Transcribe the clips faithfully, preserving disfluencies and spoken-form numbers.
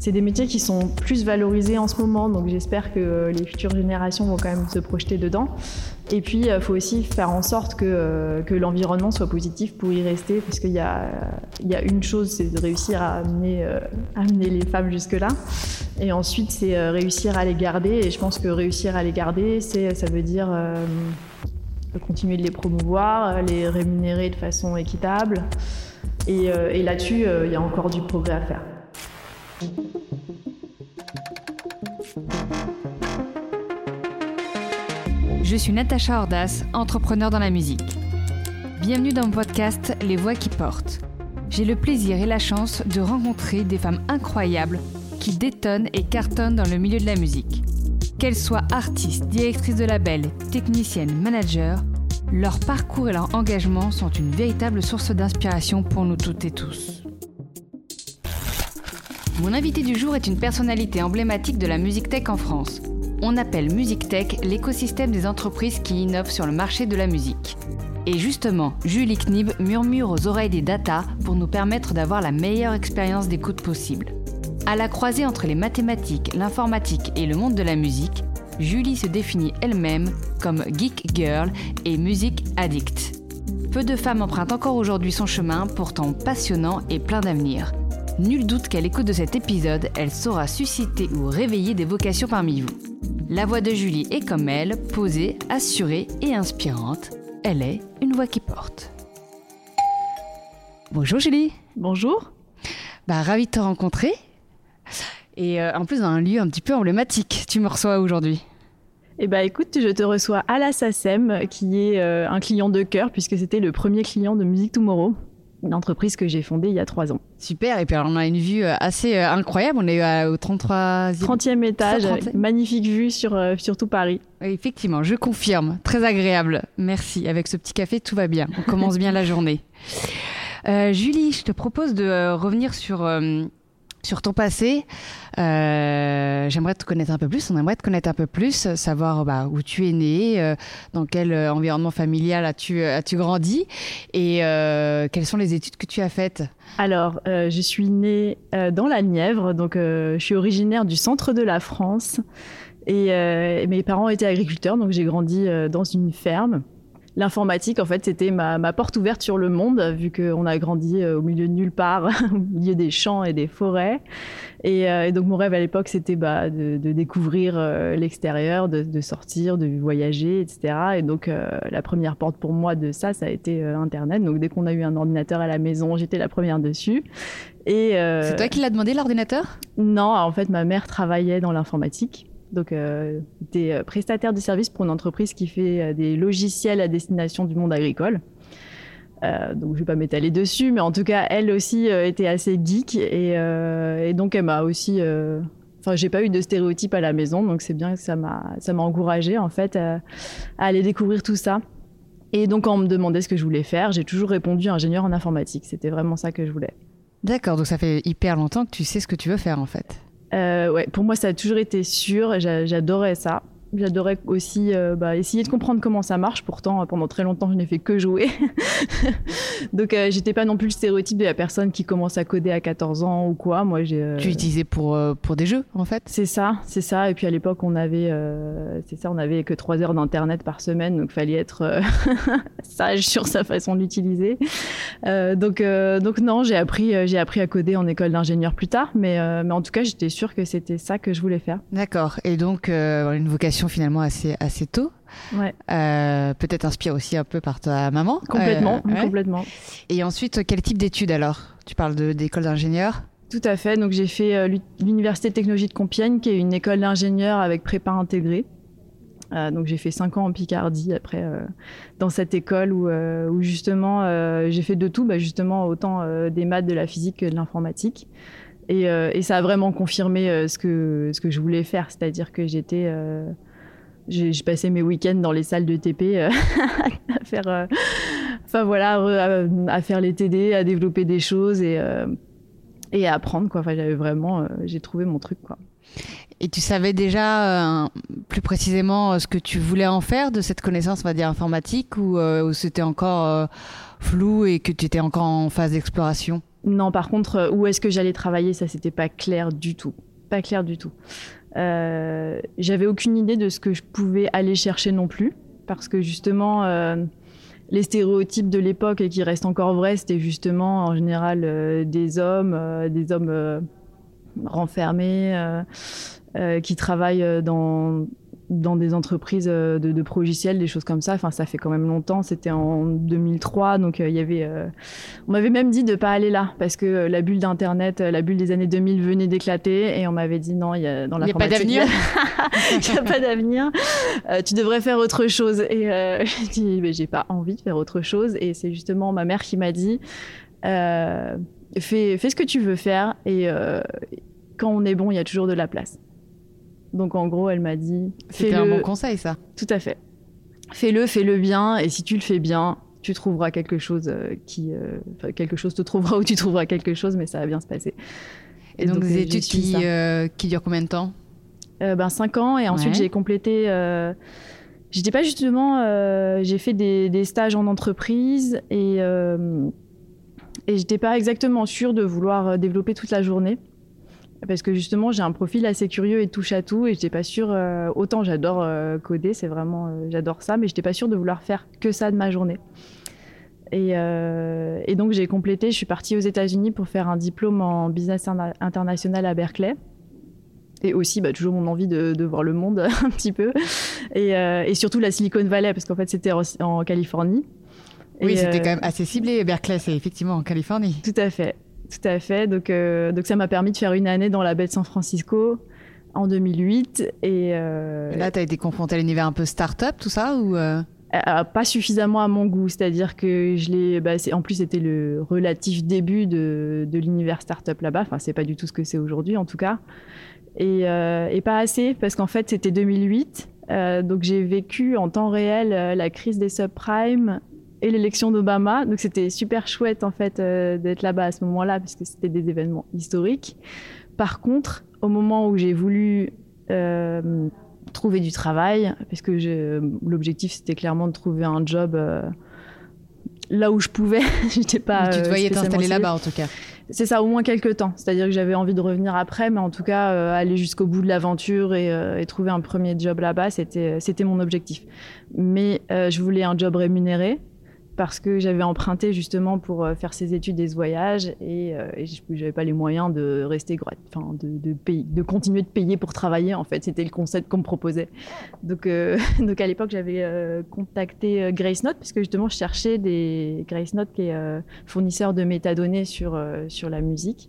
C'est des métiers qui sont plus valorisés en ce moment, donc j'espère que les futures générations vont quand même se projeter dedans. Et puis, il faut aussi faire en sorte que, que l'environnement soit positif pour y rester, parce qu'il y a, il y a une chose, c'est de réussir à amener, euh, amener les femmes jusque-là. Et ensuite, c'est réussir à les garder. Et je pense que réussir à les garder, c'est, ça veut dire euh, continuer de les promouvoir, les rémunérer de façon équitable. Et, euh, et là-dessus, euh, il y a encore du progrès à faire. Je suis Natacha Ordas, entrepreneur dans la musique. Bienvenue dans mon podcast Les Voix qui portent. J'ai le plaisir et la chance de rencontrer des femmes incroyables qui détonnent et cartonnent dans le milieu de la musique. Qu'elles soient artistes, directrices de label, techniciennes, managers, leur parcours et leur engagement sont une véritable source d'inspiration pour nous toutes et tous. Mon invité du jour est une personnalité emblématique de la musique tech en France. On appelle Music Tech l'écosystème des entreprises qui innovent sur le marché de la musique. Et justement, Julie Knib murmure aux oreilles des data pour nous permettre d'avoir la meilleure expérience d'écoute possible. À la croisée entre les mathématiques, l'informatique et le monde de la musique, Julie se définit elle-même comme geek girl et music addict. Peu de femmes empruntent encore aujourd'hui son chemin, pourtant passionnant et plein d'avenir. Nul doute qu'à l'écoute de cet épisode, elle saura susciter ou réveiller des vocations parmi vous. La voix de Julie est comme elle, posée, assurée et inspirante. Elle est une voix qui porte. Bonjour Julie. Bonjour. Bah, ravie de te rencontrer. Et euh, en plus dans un lieu un petit peu emblématique. Tu me reçois aujourd'hui. Eh bien écoute, je te reçois à la SACEM, qui est euh, un client de cœur, puisque c'était le premier client de Music Tomorrow. Une entreprise que j'ai fondée il y a trois ans. Super, et puis alors on a une vue assez euh, incroyable, on est euh, au trente-troisième... trentième étage, trentième. Magnifique vue sur, euh, sur tout Paris. Oui, effectivement, je confirme, très agréable, merci. Avec ce petit café, tout va bien, on commence bien la journée. Euh, Julie, je te propose de euh, revenir sur... Euh, Sur ton passé, euh, j'aimerais te connaître un peu plus, on aimerait te connaître un peu plus, savoir bah, où tu es née, euh, dans quel euh, environnement familial as-tu, as-tu grandi et euh, quelles sont les études que tu as faites ? Alors, euh, je suis née euh, dans la Nièvre, donc euh, je suis originaire du centre de la France et euh, mes parents étaient agriculteurs, donc j'ai grandi euh, dans une ferme. L'informatique, en fait, c'était ma, ma porte ouverte sur le monde, vu qu'on a grandi euh, au milieu de nulle part, au milieu des champs et des forêts. Et, euh, et donc, mon rêve à l'époque, c'était bah, de, de découvrir euh, l'extérieur, de, de sortir, de voyager, et cetera. Et donc, euh, la première porte pour moi de ça, ça a été euh, Internet. Donc, dès qu'on a eu un ordinateur à la maison, j'étais la première dessus. Et, euh, C'est toi qui l'as demandé, l'ordinateur ? Non, en fait, ma mère travaillait dans l'informatique. Donc, euh, des euh, prestataires de services pour une entreprise qui fait euh, des logiciels à destination du monde agricole. Euh, donc, je ne vais pas m'étaler dessus, mais en tout cas, elle aussi euh, était assez geek. Et, euh, et donc, elle m'a aussi... Euh... Enfin, j'ai pas eu de stéréotypes à la maison, donc c'est bien que ça m'a, ça m'a encouragée, en fait, à, à aller découvrir tout ça. Et donc, quand on me demandait ce que je voulais faire, j'ai toujours répondu ingénieur en informatique. C'était vraiment ça que je voulais. D'accord, donc ça fait hyper longtemps que tu sais ce que tu veux faire, en fait. Euh, ouais, pour moi, ça a toujours été sûr. J'a- j'adorais ça. J'adorais aussi euh, bah, essayer de comprendre comment ça marche. Pourtant, pendant très longtemps, je n'ai fait que jouer. Donc, euh, j'étais pas non plus le stéréotype de la personne qui commence à coder à quatorze ans ou quoi. Moi, j'ai. Euh... Tu l'utilisais pour euh, pour des jeux, en fait. C'est ça, c'est ça. Et puis à l'époque, on avait, euh, c'est ça, on avait que trois heures d'internet par semaine, donc fallait être euh, sage sur sa façon de l'utiliser. Euh, donc, euh, donc non, j'ai appris, euh, j'ai appris à coder en école d'ingénieur plus tard, mais euh, mais en tout cas, j'étais sûre que c'était ça que je voulais faire. D'accord. Et donc euh, une vocation finalement assez assez tôt. Ouais. Euh, peut-être inspiré aussi un peu par ta maman. Complètement, euh, ouais. complètement. Et ensuite, quel type d'études alors ? Tu parles de d'école d'ingénieur ? Tout à fait. Donc j'ai fait euh, l'Université de technologie de Compiègne, qui est une école d'ingénieur avec prépa intégrée. Euh, donc j'ai fait cinq ans en Picardie après euh, dans cette école où, euh, où justement euh, j'ai fait de tout, bah, justement autant euh, des maths, de la physique que de l'informatique. Et, euh, et ça a vraiment confirmé euh, ce que ce que je voulais faire, c'est-à-dire que j'étais euh, j'ai, j'ai passé mes week-ends dans les salles de T P euh, à faire, euh, enfin voilà, à, à faire les T D, à développer des choses et euh, et à apprendre quoi. Enfin j'avais vraiment, euh, j'ai trouvé mon truc quoi. Et tu savais déjà euh, plus précisément euh, ce que tu voulais en faire de cette connaissance, on va dire informatique, ou, euh, ou c'était encore euh, flou et que tu étais encore en phase d'exploration ? Non, par contre, où est-ce que j'allais travailler, ça, c'était pas clair du tout. Pas clair du tout. Euh, j'avais aucune idée de ce que je pouvais aller chercher non plus, parce que justement, euh, les stéréotypes de l'époque et qui restent encore vrais, c'était justement en général euh, des hommes, euh, des hommes euh, renfermés, euh, euh, qui travaillent dans dans des entreprises de, de progiciels, des choses comme ça. Enfin, ça fait quand même longtemps. C'était en deux mille trois, donc il euh, y avait. Euh... On m'avait même dit de pas aller là parce que euh, la bulle d'internet, euh, la bulle des années deux mille venait d'éclater, et on m'avait dit non, il y a dans l'informatique. Il n'y a pas d'avenir. Il n'y a pas d'avenir. Euh, tu devrais faire autre chose. Et euh, j'ai dit, mais j'ai pas envie de faire autre chose. Et c'est justement ma mère qui m'a dit, euh, fais, fais ce que tu veux faire, et euh, quand on est bon, il y a toujours de la place. Donc en gros, elle m'a dit... C'était un bon conseil, ça. Tout à fait. Fais-le, fais-le bien, et si tu le fais bien, tu trouveras quelque chose euh, qui... Euh, enfin, quelque chose te trouvera ou tu trouveras quelque chose, mais ça va bien se passer. Et, et donc, donc des études qui, euh, qui durent combien de temps ? euh, Ben cinq ans, et ensuite ouais. j'ai complété... Euh, j'étais pas justement... Euh, j'ai fait des, des stages en entreprise, et, euh, et j'étais pas exactement sûre de vouloir développer toute la journée. Parce que justement, j'ai un profil assez curieux et touche à tout, et j'étais pas sûre. Euh, autant j'adore euh, coder, c'est vraiment, euh, j'adore ça, mais j'étais pas sûre de vouloir faire que ça de ma journée. Et, euh, et donc j'ai complété. Je suis partie aux États-Unis pour faire un diplôme en business international à Berkeley. Et aussi, bah, toujours mon envie de, de voir le monde un petit peu, et, euh, et surtout la Silicon Valley, parce qu'en fait c'était en, en Californie. Oui, et, c'était euh, quand même assez ciblé. Berkeley, c'est effectivement en Californie. Tout à fait. Tout à fait. Donc, euh, donc ça m'a permis de faire une année dans la baie de San Francisco en deux mille huit. Et, euh, et là, tu as été confrontée à l'univers un peu start-up, tout ça ou euh... euh, pas suffisamment à mon goût. C'est-à-dire que je l'ai. Bah, c'est, en plus, c'était le relatif début de, de l'univers start-up là-bas. Enfin, c'est pas du tout ce que c'est aujourd'hui, en tout cas. Et, euh, et pas assez, parce qu'en fait, c'était deux mille huit. Euh, donc, j'ai vécu en temps réel euh, la crise des subprimes et l'élection d'Obama. Donc c'était super chouette en fait euh, d'être là-bas à ce moment-là, parce que c'était des événements historiques. Par contre, au moment où j'ai voulu euh, trouver du travail, parce que je, l'objectif c'était clairement de trouver un job euh, là où je pouvais, j'étais pas. Tu te voyais euh, t'installer là-bas en tout cas. C'est ça, au moins quelques temps. C'est-à-dire que j'avais envie de revenir après, mais en tout cas euh, aller jusqu'au bout de l'aventure et, euh, et trouver un premier job là-bas, c'était c'était mon objectif. Mais euh, je voulais un job rémunéré, parce que j'avais emprunté justement pour faire ces études et ce voyage, et, euh, et je n'avais pas les moyens de rester, enfin de, de, payer, de continuer de payer pour travailler en fait. C'était le concept qu'on me proposait. Donc, euh, donc à l'époque, j'avais euh, contacté Gracenote, parce que justement, je cherchais des Gracenote qui est euh, fournisseur de métadonnées sur, euh, sur la musique.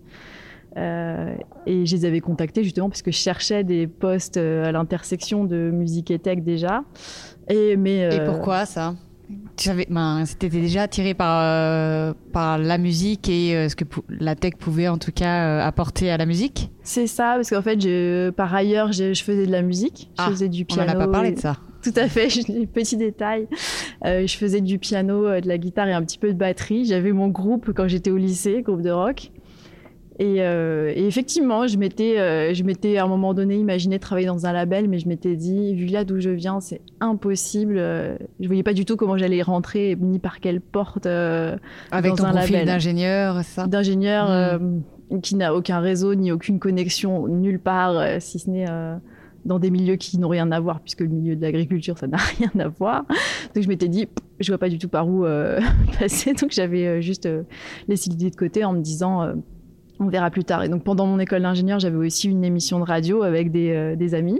Euh, et je les avais contactés justement parce que je cherchais des postes à l'intersection de musique et tech déjà. Et, mais, euh, et pourquoi ça ? Tu savais, ben, t'étais déjà attiré par, euh, par la musique et euh, ce que pou- la tech pouvait en tout cas euh, apporter à la musique ? C'est ça, parce qu'en fait, je, par ailleurs, je, je faisais de la musique, je ah, faisais du piano. On n'en a pas parlé de ça. Tout à fait, petit détail. Euh, je faisais du piano, de la guitare et un petit peu de batterie. J'avais mon groupe quand j'étais au lycée, groupe de rock. Et, euh, et effectivement, je m'étais, euh, je m'étais à un moment donné imaginé travailler dans un label, mais je m'étais dit, vu là d'où je viens, c'est impossible. Euh, je voyais pas du tout comment j'allais rentrer, ni par quelle porte. Euh, Avec dans ton un profil label. d'ingénieur, c'est ça ? D'ingénieur mmh. euh, qui n'a aucun réseau ni aucune connexion nulle part, euh, si ce n'est euh, dans des milieux qui n'ont rien à voir, puisque le milieu de l'agriculture, ça n'a rien à voir. Donc je m'étais dit, je vois pas du tout par où euh, passer. Donc j'avais euh, juste euh, laissé l'idée de côté en me disant. Euh, On verra plus tard. Et donc, pendant mon école d'ingénieur, j'avais aussi une émission de radio avec des, euh, des amis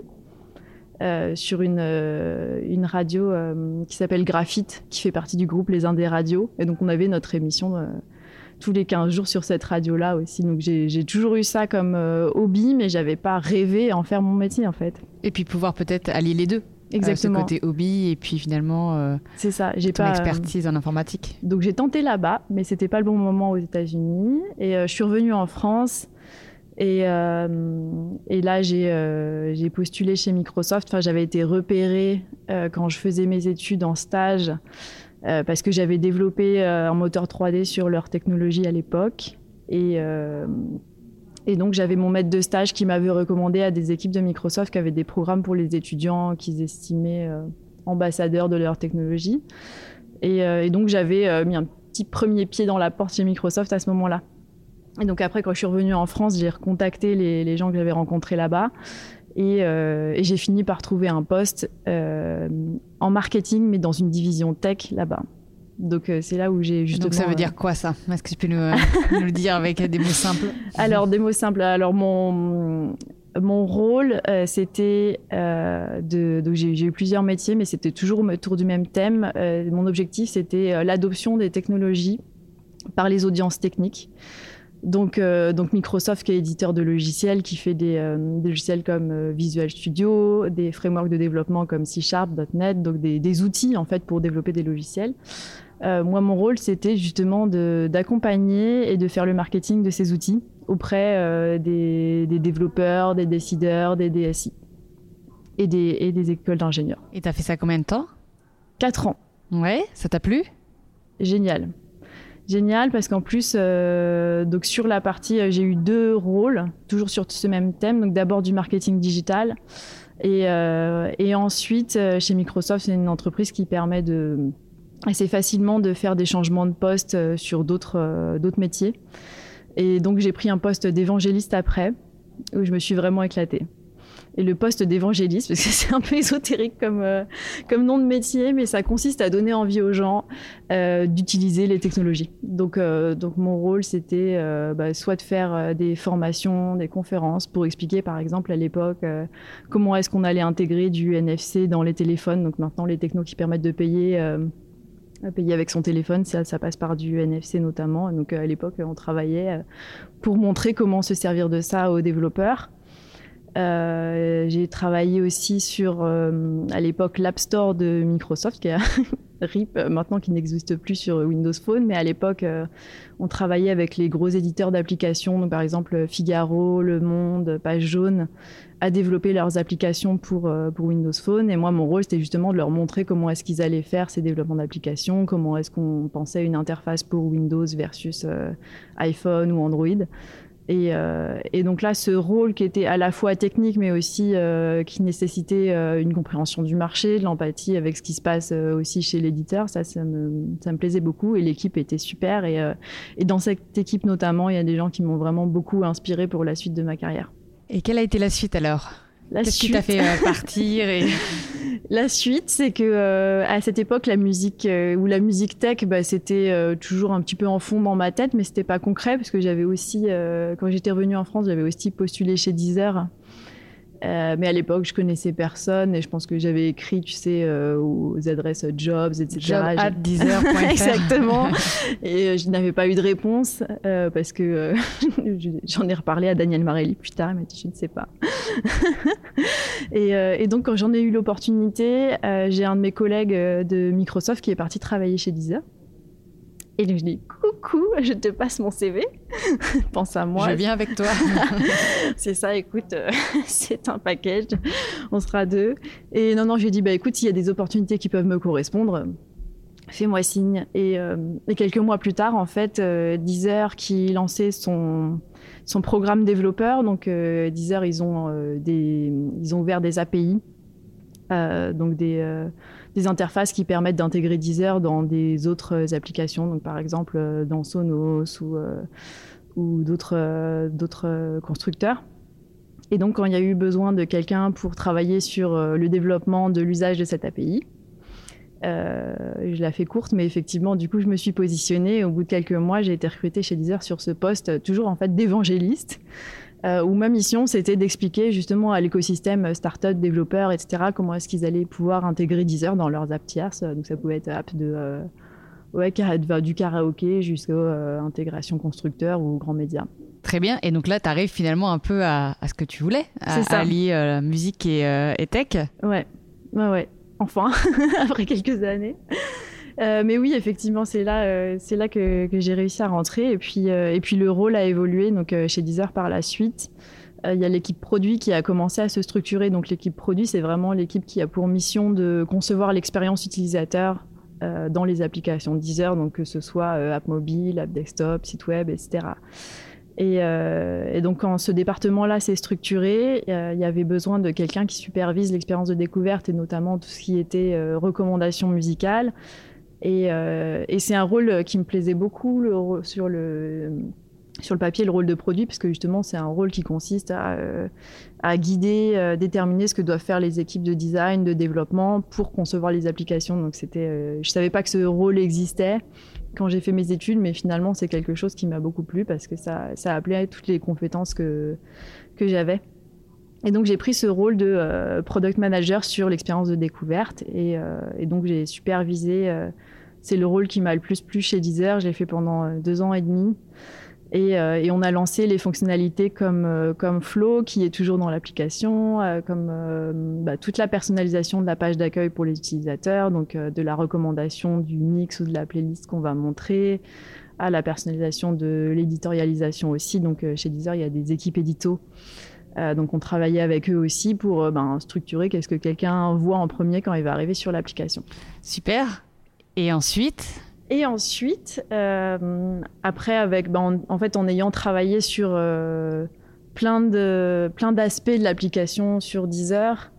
euh, sur une, euh, une radio euh, qui s'appelle Graphite, qui fait partie du groupe Les Indés Radio. Et donc, on avait notre émission euh, tous les quinze jours sur cette radio-là aussi. Donc, j'ai, j'ai toujours eu ça comme euh, hobby, mais j'avais pas rêvé à en faire mon métier, en fait. Et puis, pouvoir peut-être allier les deux. Exactement. Euh, ce côté hobby et puis finalement euh, c'est ça. J'ai ton pas, expertise euh... en informatique. Donc j'ai tenté là-bas, mais c'était pas le bon moment aux États-Unis. Et euh, je suis revenue en France. Et, euh, et là, j'ai, euh, j'ai postulé chez Microsoft. Enfin, j'avais été repérée euh, quand je faisais mes études en stage euh, parce que j'avais développé euh, un moteur trois D sur leur technologie à l'époque. Et... Euh, Et donc, j'avais mon maître de stage qui m'avait recommandé à des équipes de Microsoft qui avaient des programmes pour les étudiants qu'ils estimaient euh, ambassadeurs de leur technologie. Et, euh, et donc, j'avais euh, mis un petit premier pied dans la porte chez Microsoft à ce moment-là. Et donc après, quand je suis revenue en France, j'ai recontacté les, les gens que j'avais rencontrés là-bas. Et, euh, et j'ai fini par trouver un poste euh, en marketing, mais dans une division tech là-bas. Donc euh, c'est là où j'ai justement... Donc ça veut dire quoi ça ? Est-ce que tu peux nous, euh, nous le dire avec des mots simples ? Alors des mots simples. Alors mon, mon rôle, euh, c'était... Euh, de, donc j'ai, j'ai eu plusieurs métiers, mais c'était toujours autour du même thème. Euh, mon objectif, c'était euh, l'adoption des technologies par les audiences techniques. Donc, euh, donc Microsoft, qui est éditeur de logiciels, qui fait des, euh, des logiciels comme euh, Visual Studio, des frameworks de développement comme C Sharp, .NET, donc des, des outils en fait pour développer des logiciels. Euh, moi, mon rôle, c'était justement de, d'accompagner et de faire le marketing de ces outils auprès euh, des, des développeurs, des décideurs, des D S I et des, et des écoles d'ingénieurs. Et t'as fait ça combien de temps ? Quatre ans. Ouais, ça t'a plu ? Génial. Génial parce qu'en plus, euh, donc sur la partie, euh, j'ai eu deux rôles, toujours sur ce même thème. Donc d'abord du marketing digital et, euh, et ensuite euh, chez Microsoft, c'est une entreprise qui permet de assez facilement de faire des changements de poste euh, sur d'autres, euh, d'autres métiers. Et donc j'ai pris un poste d'évangéliste après, où je me suis vraiment éclatée. Et le poste d'évangéliste, parce que c'est un peu ésotérique comme, euh, comme nom de métier, mais ça consiste à donner envie aux gens euh, d'utiliser les technologies. Donc, euh, donc mon rôle, c'était euh, bah, soit de faire euh, des formations, des conférences pour expliquer, par exemple, à l'époque, euh, comment est-ce qu'on allait intégrer du N F C dans les téléphones. Donc maintenant, les technos qui permettent de payer... Euh, payer avec son téléphone, ça, ça passe par du N F C notamment. Donc à l'époque, on travaillait pour montrer comment se servir de ça aux développeurs. Euh, j'ai travaillé aussi sur, euh, à l'époque, l'App Store de Microsoft, qui est R I P maintenant, qui n'existe plus sur Windows Phone. Mais à l'époque, euh, on travaillait avec les gros éditeurs d'applications, donc par exemple Figaro, Le Monde, Page Jaune, à développer leurs applications pour, euh, pour Windows Phone. Et moi, mon rôle, c'était justement de leur montrer comment est-ce qu'ils allaient faire ces développements d'applications, comment est-ce qu'on pensait une interface pour Windows versus euh, iPhone ou Android. Et, euh, et donc là, ce rôle qui était à la fois technique, mais aussi euh, qui nécessitait euh, une compréhension du marché, de l'empathie avec ce qui se passe euh, aussi chez l'éditeur, ça, ça me, ça me plaisait beaucoup. Et l'équipe était super. Et, euh, et dans cette équipe notamment, il y a des gens qui m'ont vraiment beaucoup inspirée pour la suite de ma carrière. Et quelle a été la suite alors ? La Qu'est-ce suite... qui t'a fait euh, partir et... La suite, c'est que euh, à cette époque, la musique euh, ou la musique tech, bah, c'était euh, toujours un petit peu en fond dans ma tête, mais c'était pas concret parce que j'avais aussi, euh, quand j'étais revenue en France, j'avais aussi postulé chez Deezer. Euh, mais à l'époque, je connaissais personne et je pense que j'avais écrit, tu sais, euh, aux adresses jobs, et cetera. Job at deezer point f r. Exactement. Et euh, je n'avais pas eu de réponse euh, parce que euh, j'en ai reparlé à Daniel Marelli plus tard. Il m'a dit, je ne sais pas. et, euh, et donc, quand j'en ai eu l'opportunité, euh, j'ai un de mes collègues de Microsoft qui est parti travailler chez Deezer. Et donc je dis coucou, je te passe mon C V, pense à moi. Je viens avec toi. C'est ça, écoute, euh, c'est un package, on sera deux. Et non, non, je lui ai dit, bah écoute, s'il y a des opportunités qui peuvent me correspondre, fais-moi signe. Et, euh, et quelques mois plus tard, en fait, euh, Deezer qui lançait son, son programme développeur, donc euh, Deezer, ils ont, euh, des, ils ont ouvert des A P I, euh, donc des... Euh, des interfaces qui permettent d'intégrer Deezer dans des autres applications, donc par exemple dans Sonos ou, euh, ou d'autres, euh, d'autres constructeurs. Et donc, quand il y a eu besoin de quelqu'un pour travailler sur euh, le développement de l'usage de cette A P I, euh, je la fais courte, mais effectivement, du coup, je me suis positionnée. Au bout de quelques mois, j'ai été recrutée chez Deezer sur ce poste, toujours en fait d'évangéliste. Euh, où ma mission, c'était d'expliquer justement à l'écosystème start-up, développeurs, et cetera, comment est-ce qu'ils allaient pouvoir intégrer Deezer dans leurs apps tierces. Donc ça pouvait être apps de, euh, ouais, du karaoké jusqu'à euh, intégration constructeur ou grands médias. Très bien. Et donc là, tu arrives finalement un peu à, à ce que tu voulais, à, à allier euh, la musique et, euh, et tech. Ouais, ouais, ouais. Enfin, après quelques années. Euh, mais oui, effectivement, c'est là, euh, c'est là que, que j'ai réussi à rentrer. Et puis, euh, et puis le rôle a évolué. Donc, euh, chez Deezer, par la suite, il euh, y a l'équipe produit qui a commencé à se structurer. Donc, l'équipe produit, c'est vraiment l'équipe qui a pour mission de concevoir l'expérience utilisateur euh, dans les applications Deezer, donc que ce soit euh, app mobile, app desktop, site web, et cetera. Et, euh, et donc, quand ce département-là s'est structuré, il euh, y avait besoin de quelqu'un qui supervise l'expérience de découverte et notamment tout ce qui était euh, recommandations musicales. Et, euh, et c'est un rôle qui me plaisait beaucoup le, sur le, sur le papier le rôle de produit, parce que justement c'est un rôle qui consiste à, euh, à guider, euh, déterminer ce que doivent faire les équipes de design, de développement pour concevoir les applications. Donc c'était, euh, je savais pas que ce rôle existait quand j'ai fait mes études, mais finalement c'est quelque chose qui m'a beaucoup plu parce que ça, ça appelait toutes les compétences que, que j'avais. Et donc j'ai pris ce rôle de euh, product manager sur l'expérience de découverte et, euh, et donc j'ai supervisé, euh, c'est le rôle qui m'a le plus plu chez Deezer, je l'ai fait pendant euh, deux ans et demi. Et, euh, et on a lancé les fonctionnalités comme, euh, comme Flow, qui est toujours dans l'application, euh, comme euh, bah, toute la personnalisation de la page d'accueil pour les utilisateurs, donc euh, de la recommandation du mix ou de la playlist qu'on va montrer, à la personnalisation de l'éditorialisation aussi. Donc euh, chez Deezer, il y a des équipes édito. Euh, donc on travaillait avec eux aussi pour euh, ben, structurer qu'est-ce que quelqu'un voit en premier quand il va arriver sur l'application. Super. Et ensuite Et ensuite, euh, après, avec, ben, en, en fait, en ayant travaillé sur euh, plein, de, plein d'aspects de l'application sur Deezer,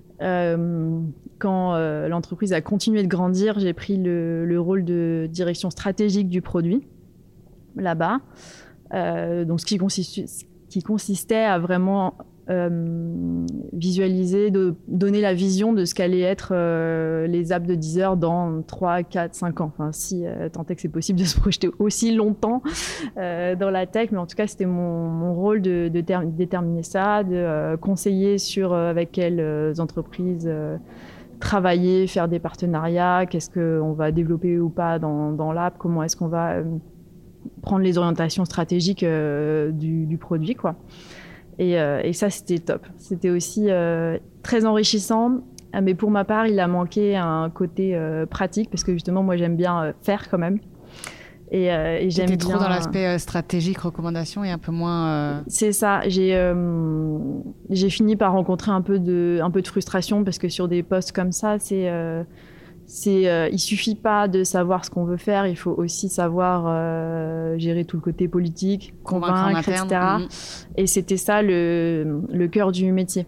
euh, quand euh, l'entreprise a continué de grandir, j'ai pris le, le rôle de direction stratégique du produit là-bas. Euh, donc, ce qui, consiste, ce qui consistait à vraiment euh, visualiser, de donner la vision de ce qu'allaient être euh, les apps de Deezer dans trois, quatre, cinq ans. Enfin, si euh, tant est que c'est possible de se projeter aussi longtemps euh, dans la tech, mais en tout cas, c'était mon, mon rôle de, de ter- déterminer ça, de euh, conseiller sur euh, avec quelles euh, entreprises euh, travailler, faire des partenariats, qu'est-ce qu'on va développer ou pas dans, dans l'app, comment est-ce qu'on va euh, prendre les orientations stratégiques euh, du, du produit, quoi. Et, euh, et ça, c'était top. C'était aussi euh, très enrichissant. Mais pour ma part, il a manqué un côté euh, pratique parce que justement, moi, j'aime bien euh, faire quand même. Et, euh, et j'aime bien... T'étais trop dans l'aspect euh, stratégique, recommandation et un peu moins... Euh... C'est ça. J'ai, euh, j'ai fini par rencontrer un peu, de, un peu de frustration parce que sur des postes comme ça, c'est... Euh, C'est, euh, il suffit pas de savoir ce qu'on veut faire, il faut aussi savoir euh, gérer tout le côté politique, convaincre, convaincre et cetera. Mmh. Et c'était ça le, le cœur du métier.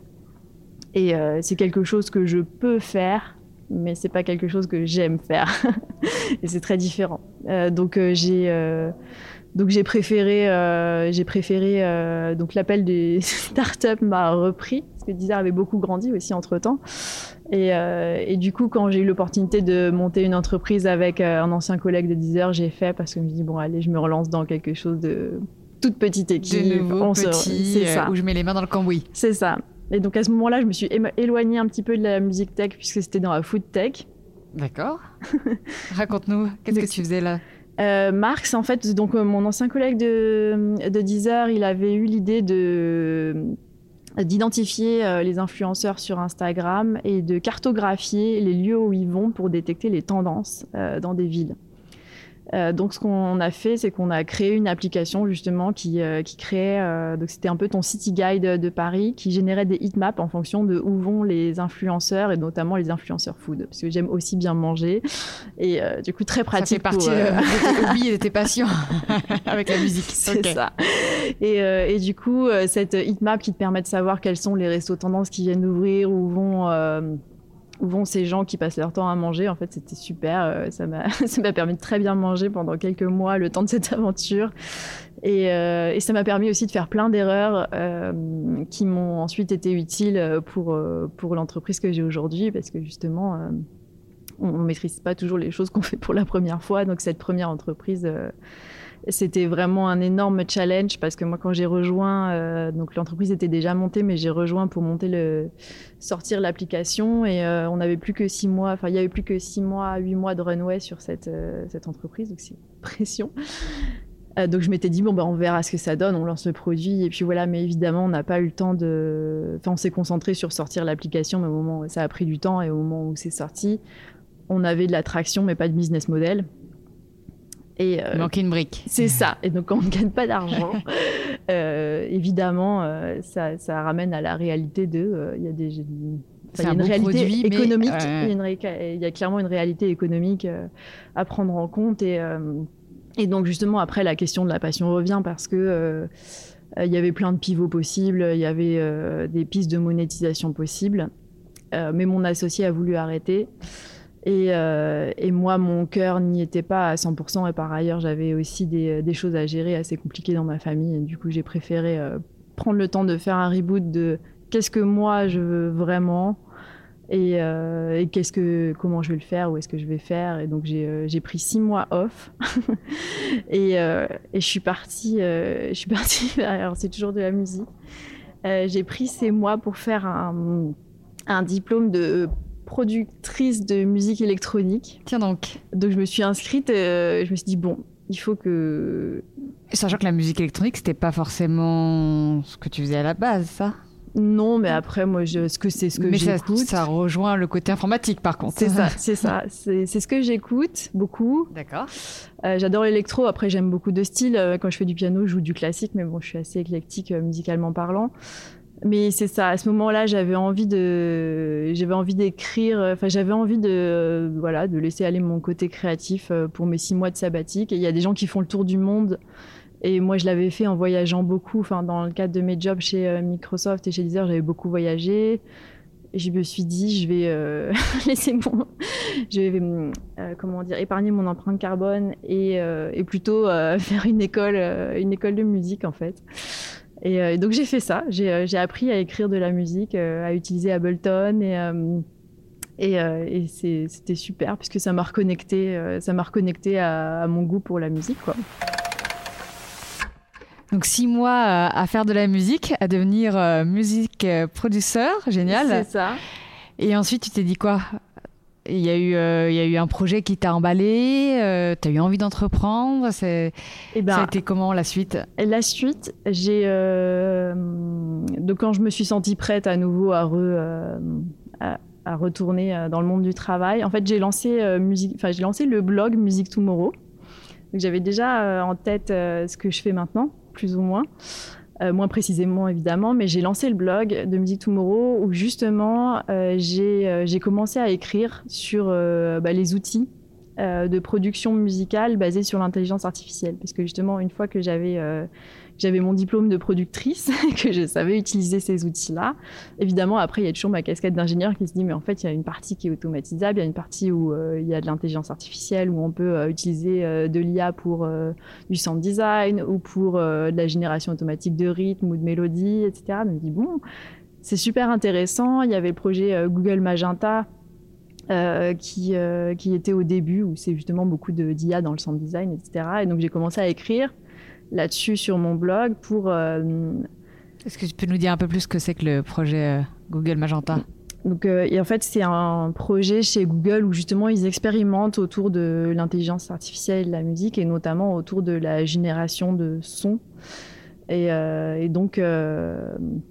Et euh, c'est quelque chose que je peux faire, mais c'est pas quelque chose que j'aime faire. Et c'est très différent. Euh, donc euh, j'ai euh, donc j'ai préféré euh, j'ai préféré euh, donc l'appel des startups m'a repris parce que Deezer avait beaucoup grandi aussi entre temps. Et, euh, et du coup, quand j'ai eu l'opportunité de monter une entreprise avec euh, un ancien collègue de Deezer, j'ai fait parce que je me dis bon allez, je me relance dans quelque chose de toute petite équipe, de nouveau on petit, se... c'est ça. Où je mets les mains dans le cambouis. C'est ça. Et donc à ce moment-là, je me suis éloignée un petit peu de la musique tech puisque c'était dans la food tech. D'accord. Raconte-nous, qu'est-ce que tu faisais là? Euh, Marx, en fait, donc euh, mon ancien collègue de, de Deezer, il avait eu l'idée de d'identifier euh, les influenceurs sur Instagram et de cartographier les lieux où ils vont pour détecter les tendances euh, dans des villes. Euh, donc ce qu'on a fait, c'est qu'on a créé une application justement qui, euh, qui créait, euh, donc c'était un peu ton city guide de Paris, qui générait des heatmaps en fonction de où vont les influenceurs et notamment les influenceurs food, parce que j'aime aussi bien manger et euh, du coup très pratique. Ça fait partie pour, euh... de tes hobbies et de tes passions avec la musique. C'est okay. ça. Et, euh, et du coup, euh, cette heatmap qui te permet de savoir quels sont les restos tendances qui viennent d'ouvrir, où vont euh, où vont ces gens qui passent leur temps à manger. En fait, c'était super. Ça m'a, ça m'a permis de très bien manger pendant quelques mois, le temps de cette aventure. Et, euh, et ça m'a permis aussi de faire plein d'erreurs euh, qui m'ont ensuite été utiles pour, pour l'entreprise que j'ai aujourd'hui, parce que justement, euh, on ne maîtrise pas toujours les choses qu'on fait pour la première fois. Donc, cette première entreprise... Euh, C'était vraiment un énorme challenge parce que moi, quand j'ai rejoint, euh, donc l'entreprise était déjà montée, mais j'ai rejoint pour monter le, sortir l'application et euh, on n'avait plus que six mois, enfin, il y avait plus que six mois, huit mois de runway sur cette, euh, cette entreprise, donc c'est pression. Euh, donc je m'étais dit, bon, ben, on verra ce que ça donne, on lance le produit et puis voilà, mais évidemment, on n'a pas eu le temps de. Enfin, on s'est concentré sur sortir l'application, mais au moment où ça a pris du temps et au moment où c'est sorti, on avait de la traction, mais pas de business model. Et euh, il manquait une brique. C'est ça. Et donc, quand on ne gagne pas d'argent, euh, évidemment, euh, ça, ça ramène à la réalité de... Euh, y a des, c'est y a un une bon réalité produit, économique. Mais, euh... Il, y a une ré... il y a clairement une réalité économique euh, à prendre en compte. Et, euh, et donc, justement, après, la question de la passion revient parce que euh, il y avait plein de pivots possibles. Il y avait euh, des pistes de monétisation possibles. Euh, mais mon associé a voulu arrêter. Et, euh, et moi, mon cœur n'y était pas à cent pour cent. Et par ailleurs, j'avais aussi des, des choses à gérer assez compliquées dans ma famille. Et du coup, j'ai préféré euh, prendre le temps de faire un reboot de qu'est-ce que moi je veux vraiment et, euh, et qu'est-ce que, comment je vais le faire, où est-ce que je vais faire. Et donc, j'ai, euh, j'ai pris six mois off. et, euh, et je suis partie, euh, je suis partie alors c'est toujours de la musique. Euh, j'ai pris ces mois pour faire un, un diplôme de productrice de musique électronique. Tiens donc. Donc je me suis inscrite, euh, je me suis dit bon, il faut que... Sachant que la musique électronique, c'était pas forcément ce que tu faisais à la base, ça ? Non, mais après, moi, je, ce que c'est ce que mais j'écoute. Ça, ça rejoint le côté informatique, par contre. C'est ça, c'est ça. C'est, c'est ce que j'écoute beaucoup. D'accord. Euh, j'adore l'électro. Après, j'aime beaucoup de styles. Quand je fais du piano, je joue du classique, mais bon, je suis assez éclectique euh, musicalement parlant. Mais c'est ça, à ce moment-là, j'avais envie de, j'avais envie d'écrire, enfin, j'avais envie de, euh, voilà, de laisser aller mon côté créatif euh, pour mes six mois de sabbatique. Et il y a des gens qui font le tour du monde. Et moi, je l'avais fait en voyageant beaucoup. Enfin, dans le cadre de mes jobs chez euh, Microsoft et chez Deezer, j'avais beaucoup voyagé. Et je me suis dit, je vais euh, laisser mon, je vais, euh, comment dire, épargner mon empreinte carbone et, euh, et plutôt euh, faire une école, euh, une école de musique, en fait. Et, euh, et donc j'ai fait ça, j'ai, euh, j'ai appris à écrire de la musique, euh, à utiliser Ableton et, euh, et, euh, et c'est, c'était super puisque ça m'a reconnecté, euh, ça m'a reconnecté à, à mon goût pour la musique, quoi. Donc six mois à faire de la musique, à devenir euh, musique producteur, génial. C'est ça. Et ensuite tu t'es dit quoi ? Il y a eu, euh, il y a eu un projet qui t'a emballé, euh, tu as eu envie d'entreprendre, c'est, et ben, ça a été comment la suite ? La suite, j'ai euh, donc quand je me suis sentie prête à nouveau à, re, euh, à, à retourner dans le monde du travail, en fait j'ai lancé euh, musique, enfin j'ai lancé le blog Music Tomorrow. Donc j'avais déjà euh, en tête euh, ce que je fais maintenant, plus ou moins. Euh, moins précisément évidemment, mais j'ai lancé le blog de Music Tomorrow où justement euh, j'ai, euh, j'ai commencé à écrire sur euh, bah, les outils euh, de production musicale basés sur l'intelligence artificielle. Parce que justement, une fois que j'avais, euh, j'avais mon diplôme de productrice, que je savais utiliser ces outils-là, évidemment, après, il y a toujours ma casquette d'ingénieur qui se dit, mais en fait, il y a une partie qui est automatisable, il y a une partie où euh, il y a de l'intelligence artificielle, où on peut euh, utiliser euh, de l'I A pour euh, du sound design ou pour euh, de la génération automatique de rythme ou de mélodie, et cetera. Donc, je me dis, bon, c'est super intéressant. Il y avait le projet euh, Google Magenta, Euh, qui, euh, qui était au début, où c'est justement beaucoup de, d'I A dans le sound design, et cetera. Et donc, j'ai commencé à écrire là-dessus sur mon blog pour... Euh... Est-ce que tu peux nous dire un peu plus ce que c'est que le projet euh, Google Magenta ? Donc, euh, et en fait, c'est un projet chez Google où justement, ils expérimentent autour de l'intelligence artificielle et de la musique, et notamment autour de la génération de sons. Et, euh, et donc... Euh...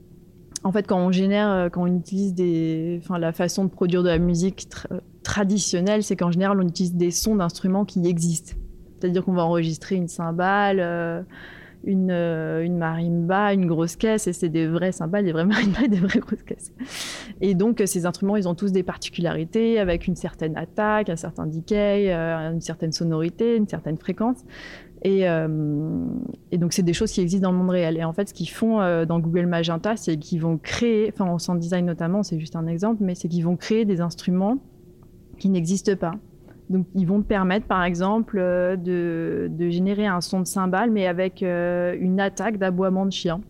En fait, quand on génère, quand on utilise des, enfin, la façon de produire de la musique tra- traditionnelle, c'est qu'en général, on utilise des sons d'instruments qui existent. C'est-à-dire qu'on va enregistrer une cymbale, euh, une, euh, une marimba, une grosse caisse, et c'est des vrais cymbales, des vrais marimbas, des vraies grosses caisses. Et donc, ces instruments, ils ont tous des particularités, avec une certaine attaque, un certain decay, euh, une certaine sonorité, une certaine fréquence. Et, euh, et donc, c'est des choses qui existent dans le monde réel. Et en fait, ce qu'ils font euh, dans Google Magenta, c'est qu'ils vont créer, enfin en sound design notamment, c'est juste un exemple, mais c'est qu'ils vont créer des instruments qui n'existent pas. Donc, ils vont te permettre, par exemple, euh, de, de générer un son de cymbale, mais avec euh, une attaque d'aboiement de chien.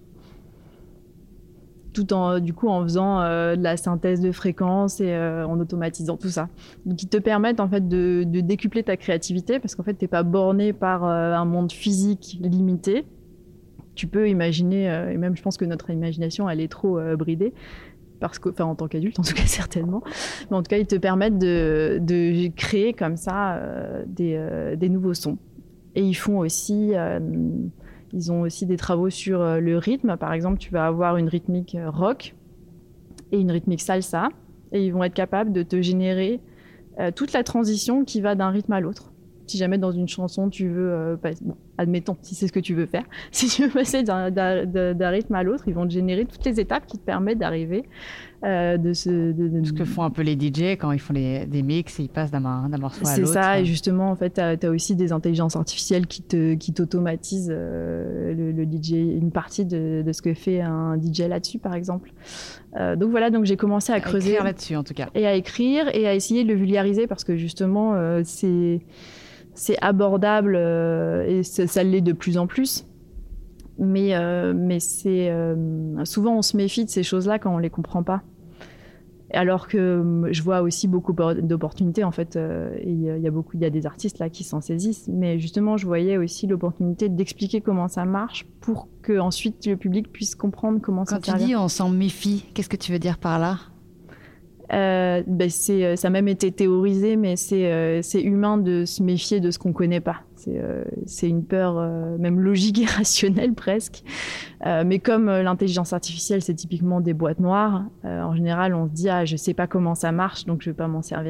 Tout en, du coup, en faisant euh, de la synthèse de fréquences et euh, en automatisant tout ça. Donc, ils te permettent en fait de, de décupler ta créativité parce qu'en fait, t'es pas borné par euh, un monde physique limité. Tu peux imaginer, euh, et même je pense que notre imagination, elle est trop euh, bridée, parce que, enfin, en tant qu'adulte, en tout cas certainement. Mais en tout cas, ils te permettent de, de créer comme ça euh, des, euh, des nouveaux sons. Et ils font aussi... Euh, Ils ont aussi des travaux sur le rythme. Par exemple, tu vas avoir une rythmique rock et une rythmique salsa. Et ils vont être capables de te générer euh, toute la transition qui va d'un rythme à l'autre. si jamais dans une chanson tu veux, euh, pas, bon, admettons, si c'est ce que tu veux faire, si tu veux passer d'un, d'un, d'un rythme à l'autre, ils vont te générer toutes les étapes qui te permettent d'arriver euh, de ce... De, de... Ce que font un peu les D J quand ils font les, des mix et ils passent d'un, d'un morceau à c'est l'autre. C'est ça, et justement, en fait, tu as aussi des intelligences artificielles qui, te, qui t'automatisent euh, le, le D J, une partie de, de ce que fait un D J là-dessus, par exemple. Euh, donc voilà, donc j'ai commencé à, à creuser. Écrire là-dessus, en tout cas. Et à écrire, et à essayer de le vulgariser, parce que justement, euh, c'est, c'est abordable, euh, et ça, ça l'est de plus en plus. Mais, euh, mais c'est, euh, souvent, on se méfie de ces choses-là quand on ne les comprend pas. Alors que je vois aussi beaucoup d'opportunités, en fait, euh, il y a beaucoup, il y a des artistes là qui s'en saisissent, mais justement, je voyais aussi l'opportunité d'expliquer comment ça marche pour que ensuite le public puisse comprendre comment ça s'en servir. Quand tu dis on s'en méfie, qu'est-ce que tu veux dire par là ? Euh, ben c'est, ça a même été théorisé, mais c'est, euh, c'est humain de se méfier de ce qu'on ne connaît pas. C'est, euh, c'est une peur euh, même logique et rationnelle presque. Euh, mais comme euh, l'intelligence artificielle, c'est typiquement des boîtes noires, euh, en général, on se dit « Ah, je ne sais pas comment ça marche, donc je ne vais pas m'en servir ».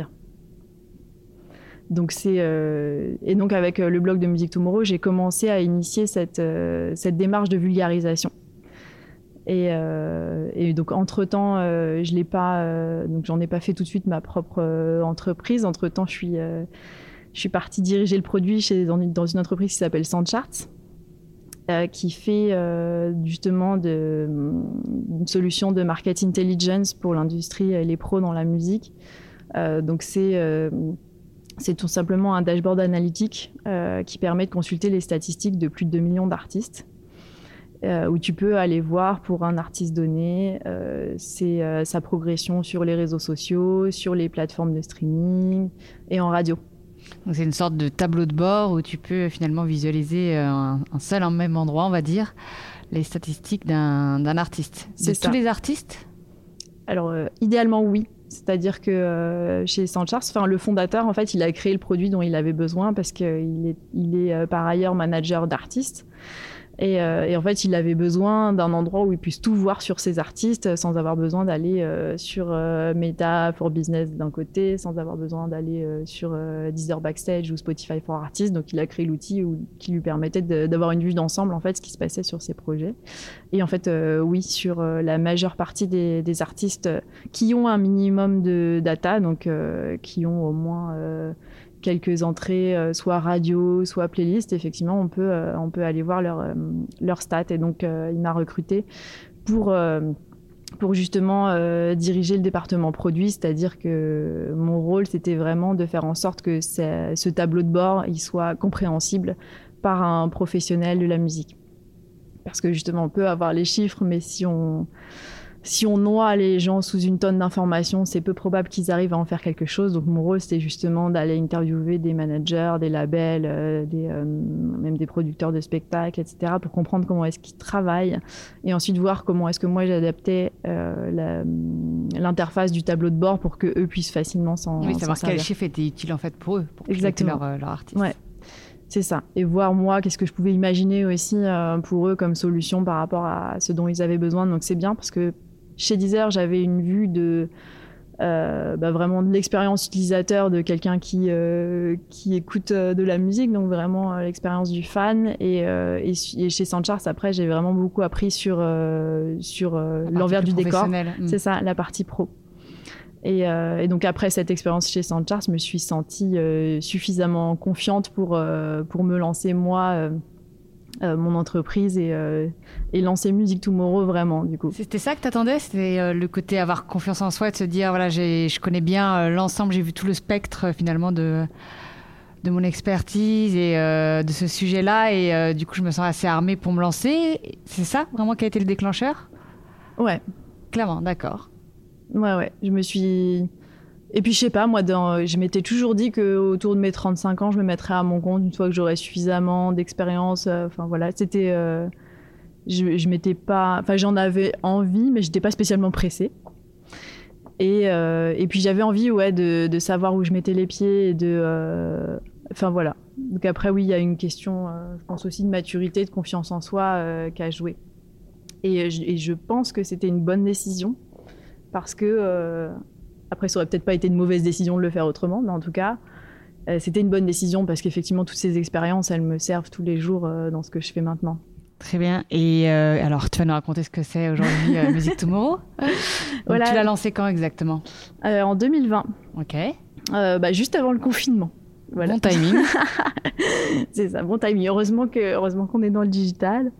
Donc c'est, euh, et donc avec euh, le blog de Music Tomorrow, j'ai commencé à initier cette, euh, cette démarche de vulgarisation. Et, euh, et donc entre-temps, euh, je l'ai pas, euh, donc j'en ai pas fait tout de suite ma propre euh, entreprise. Entre-temps, je suis, euh, je suis partie diriger le produit chez, dans, une, dans une entreprise qui s'appelle Soundcharts, euh, qui fait euh, justement de, une solution de market intelligence pour l'industrie et les pros dans la musique. Euh, donc c'est, euh, c'est tout simplement un dashboard analytique euh, qui permet de consulter les statistiques de plus de deux millions d'artistes. Euh, où tu peux aller voir pour un artiste donné euh, c'est, euh, sa progression sur les réseaux sociaux, sur les plateformes de streaming et en radio. Donc c'est une sorte de tableau de bord où tu peux finalement visualiser un, un seul, un même endroit, on va dire, les statistiques d'un, d'un artiste. C'est de ça. Tous les artistes ? Alors, euh, idéalement, oui. C'est-à-dire que euh, chez Soundcharts, enfin, le fondateur, en fait, il a créé le produit dont il avait besoin parce qu'il est, il est euh, par ailleurs manager d'artistes. Et, euh, et en fait, il avait besoin d'un endroit où il puisse tout voir sur ses artistes sans avoir besoin d'aller euh, sur euh, Meta for Business d'un côté, sans avoir besoin d'aller euh, sur euh, Deezer Backstage ou Spotify for Artists. Donc, il a créé l'outil où, qui lui permettait de, d'avoir une vue d'ensemble, en fait, ce qui se passait sur ses projets. Et en fait, euh, oui, sur euh, la majeure partie des, des artistes qui ont un minimum de data, donc euh, qui ont au moins... Euh, quelques entrées, euh, soit radio, soit playlist, effectivement, on peut, euh, on peut aller voir leurs euh, leur stats. Et donc, euh, il m'a recruté pour, euh, pour justement euh, diriger le département produit, c'est-à-dire que mon rôle, c'était vraiment de faire en sorte que ce tableau de bord il soit compréhensible par un professionnel de la musique. Parce que justement, on peut avoir les chiffres, mais si on... Si on noie les gens sous une tonne d'informations, c'est peu probable qu'ils arrivent à en faire quelque chose. Donc mon rôle, c'était justement d'aller interviewer des managers, des labels, euh, des, euh, même des producteurs de spectacles, et cetera, pour comprendre comment est-ce qu'ils travaillent. Et ensuite voir comment est-ce que moi, j'adaptais euh, la, l'interface du tableau de bord pour qu'eux puissent facilement s'en, oui, s'en savoir servir. quel chiffre était utile en fait pour eux, pour Exactement. Leur, leur artiste. Ouais. C'est ça. Et voir, moi, qu'est-ce que je pouvais imaginer aussi euh, pour eux comme solution par rapport à ce dont ils avaient besoin. Donc c'est bien parce que chez Deezer, j'avais une vue de euh, bah vraiment de l'expérience utilisateur de quelqu'un qui, euh, qui écoute euh, de la musique, donc vraiment euh, l'expérience du fan. Et, euh, et, et chez Soundcharts, après, j'ai vraiment beaucoup appris sur, euh, sur euh, l'envers du décor. Mmh. C'est ça, la partie pro. Et, euh, et donc après cette expérience chez Soundcharts, je me suis sentie euh, suffisamment confiante pour, euh, pour me lancer moi... Euh, Euh, mon entreprise et, euh, et lancer Music Tomorrow vraiment du coup. C'était ça que t'attendais ? C'était euh, le côté avoir confiance en soi et de se dire voilà j'ai, je connais bien euh, l'ensemble, j'ai vu tout le spectre euh, finalement de, de mon expertise et euh, de ce sujet-là et euh, du coup je me sens assez armée pour me lancer. C'est ça vraiment qui a été le déclencheur ? Ouais. Clairement, d'accord. Ouais, ouais. Je me suis... Et puis, je sais pas, moi, dans... je m'étais toujours dit qu'autour de mes trente-cinq ans, je me mettrais à mon compte une fois que j'aurais suffisamment d'expérience. Enfin, euh, voilà, c'était... Euh... Je, je m'étais pas... Enfin, j'en avais envie, mais j'étais pas spécialement pressée. Et, euh... et puis, j'avais envie, ouais, de, de savoir où je mettais les pieds et de... Euh... Enfin, voilà. Donc après, oui, il y a une question, euh, je pense aussi de maturité, de confiance en soi euh, qu'à jouer. Et, et je pense que c'était une bonne décision parce que... Euh... Après, ça aurait peut-être pas été une mauvaise décision de le faire autrement, mais en tout cas, euh, c'était une bonne décision parce qu'effectivement, toutes ces expériences, elles me servent tous les jours euh, dans ce que je fais maintenant. Très bien. Et euh, alors, tu vas nous raconter ce que c'est aujourd'hui euh, Music Tomorrow. Voilà. Tu l'as lancé quand exactement? euh, En deux mille vingt. Ok. Euh, bah, juste avant le confinement. Voilà. Bon timing. C'est ça, bon timing. Heureusement, que, heureusement qu'on est dans le digital.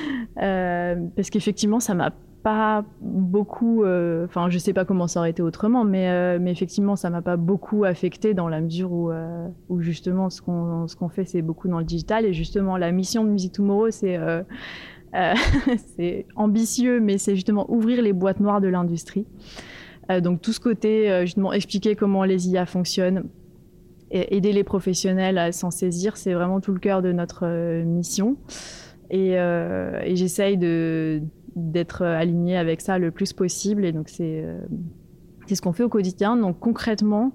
Euh, parce qu'effectivement, ça m'a pas beaucoup... Enfin, euh, je sais pas comment ça aurait été autrement, mais, euh, mais effectivement, ça m'a pas beaucoup affecté dans la mesure où, euh, où justement, ce qu'on, ce qu'on fait, c'est beaucoup dans le digital. Et justement, la mission de Music Tomorrow, c'est... Euh, euh, c'est ambitieux, mais c'est justement ouvrir les boîtes noires de l'industrie. Euh, donc, tout ce côté, euh, justement, expliquer comment les I A fonctionnent, et aider les professionnels à s'en saisir, c'est vraiment tout le cœur de notre euh, mission. Et, euh, et j'essaye de, d'être alignée avec ça le plus possible. Et donc, c'est, euh, c'est ce qu'on fait au quotidien. Donc, concrètement,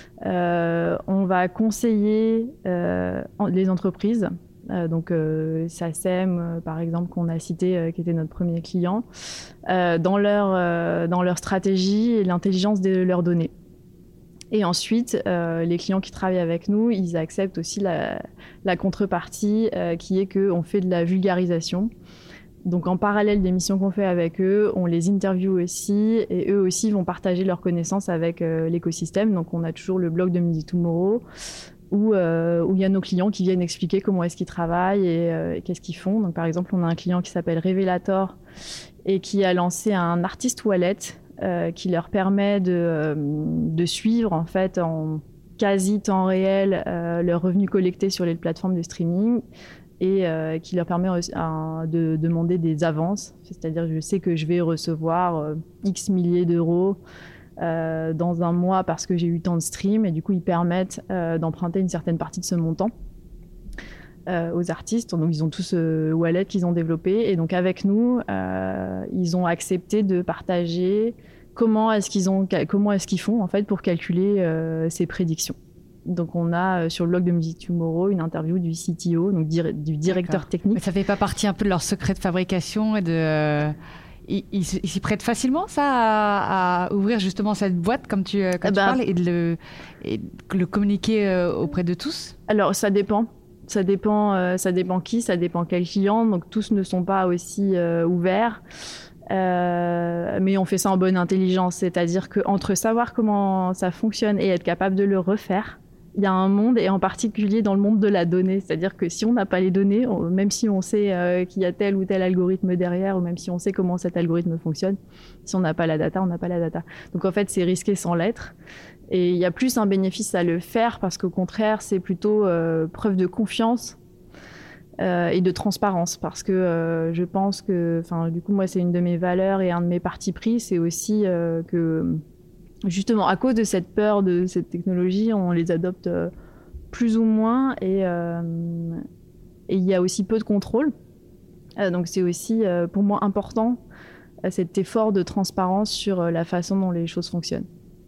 euh, on va conseiller euh, les entreprises. Euh, donc, euh, SACEM, euh, par exemple, qu'on a cité, euh, qui était notre premier client, euh, dans, leur, euh, dans leur stratégie et l'intelligence de leurs données. Et ensuite, euh, les clients qui travaillent avec nous, ils acceptent aussi la, la contrepartie euh, qui est qu'on fait de la vulgarisation. Donc en parallèle des missions qu'on fait avec eux, on les interviewe aussi et eux aussi vont partager leurs connaissances avec euh, l'écosystème. Donc on a toujours le blog de Music Tomorrow où euh, où il y a nos clients qui viennent expliquer comment est-ce qu'ils travaillent et, euh, et qu'est-ce qu'ils font. Donc par exemple, on a un client qui s'appelle Revelator et qui a lancé un artist wallet Euh, qui leur permet de, euh, de suivre en fait en quasi temps réel euh, leurs revenus collectés sur les plateformes de streaming et euh, qui leur permet euh, de demander des avances, c'est-à-dire je sais que je vais recevoir euh, X milliers d'euros euh, dans un mois parce que j'ai eu tant de streams et du coup ils permettent euh, d'emprunter une certaine partie de ce montant Euh, aux artistes. Donc ils ont tous ce wallet qu'ils ont développé et donc avec nous euh, ils ont accepté de partager comment est-ce qu'ils ont comment est-ce qu'ils font en fait pour calculer euh, ces prédictions. Donc on a euh, sur le blog de Music Tomorrow une interview du C T O, donc dir- du directeur D'accord. technique. Mais ça fait pas partie un peu de leur secret de fabrication et de euh... Ils, ils, ils s'y prêtent facilement, ça, à, à ouvrir justement cette boîte, comme tu, comme eh tu ben, parles, et de le, et de le communiquer euh, auprès de tous? Alors, ça dépend. Ça dépend, euh, ça dépend qui, ça dépend quel client. Donc, tous ne sont pas aussi euh, ouverts. Euh, mais on fait ça en bonne intelligence. C'est-à-dire qu'entre savoir comment ça fonctionne et être capable de le refaire, il y a un monde, et en particulier dans le monde de la donnée. C'est-à-dire que si on n'a pas les données, on, même si on sait euh, qu'il y a tel ou tel algorithme derrière, ou même si on sait comment cet algorithme fonctionne, si on n'a pas la data, on n'a pas la data. Donc en fait, c'est risqué sans l'être. Et il y a plus un bénéfice à le faire, parce qu'au contraire, c'est plutôt euh, preuve de confiance euh, et de transparence. Parce que euh, je pense que, enfin, du coup, moi, c'est une de mes valeurs et un de mes partis pris, c'est aussi euh, que... Justement, à cause de cette peur de cette technologie, on les adopte euh, plus ou moins et euh, et il y a aussi peu de contrôle. Euh, donc c'est aussi euh, pour moi important euh, cet effort de transparence sur euh, la façon dont les choses fonctionnent.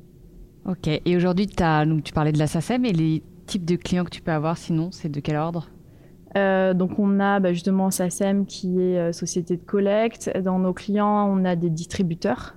Ok. Et aujourd'hui, t'as, donc tu parlais de la SACEM, et les types de clients que tu peux avoir, sinon, c'est de quel ordre? Euh, donc on a bah, justement SACEM qui est euh, société de collecte. Dans nos clients, on a des distributeurs.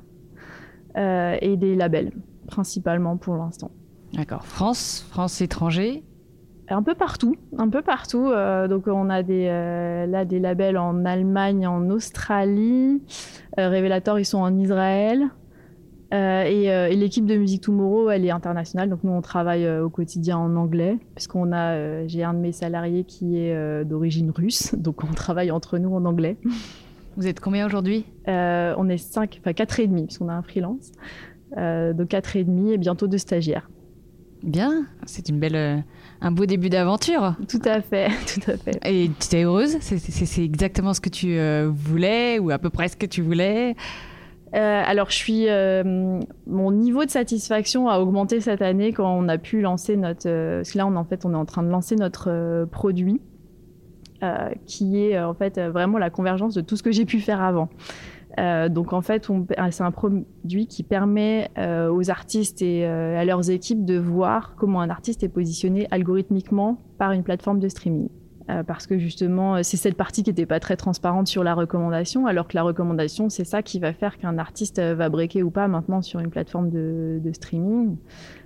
Euh, et des labels, principalement pour l'instant. D'accord. France, France étranger? Un peu partout, un peu partout. Euh, donc on a des, euh, là des labels en Allemagne, en Australie. Euh, Revelator, ils sont en Israël. Euh, et, euh, et l'équipe de Music Tomorrow, elle est internationale. Donc nous, on travaille euh, au quotidien en anglais, puisqu'on a, euh, j'ai un de mes salariés qui est euh, d'origine russe, donc on travaille entre nous en anglais. Vous êtes combien aujourd'hui? euh, On est cinq, enfin quatre et demi, puisqu'on a un freelance. Euh, donc quatre et demi et bientôt deux stagiaires. Bien, c'est une belle, euh, un beau début d'aventure. Tout à fait, tout à fait. Et tu es heureuse? c'est, c'est, c'est exactement ce que tu euh, voulais, ou à peu près ce que tu voulais? euh, Alors, je suis, euh, mon niveau de satisfaction a augmenté cette année quand on a pu lancer notre... Euh, parce que là, on, en fait, on est en train de lancer notre euh, produit. Euh, qui est euh, en fait euh, vraiment la convergence de tout ce que j'ai pu faire avant. Euh, donc en fait, on, c'est un produit qui permet euh, aux artistes et euh, à leurs équipes de voir comment un artiste est positionné algorithmiquement par une plateforme de streaming. Euh, parce que justement, c'est cette partie qui n'était pas très transparente sur la recommandation, alors que la recommandation, c'est ça qui va faire qu'un artiste va breaker ou pas maintenant sur une plateforme de, de streaming.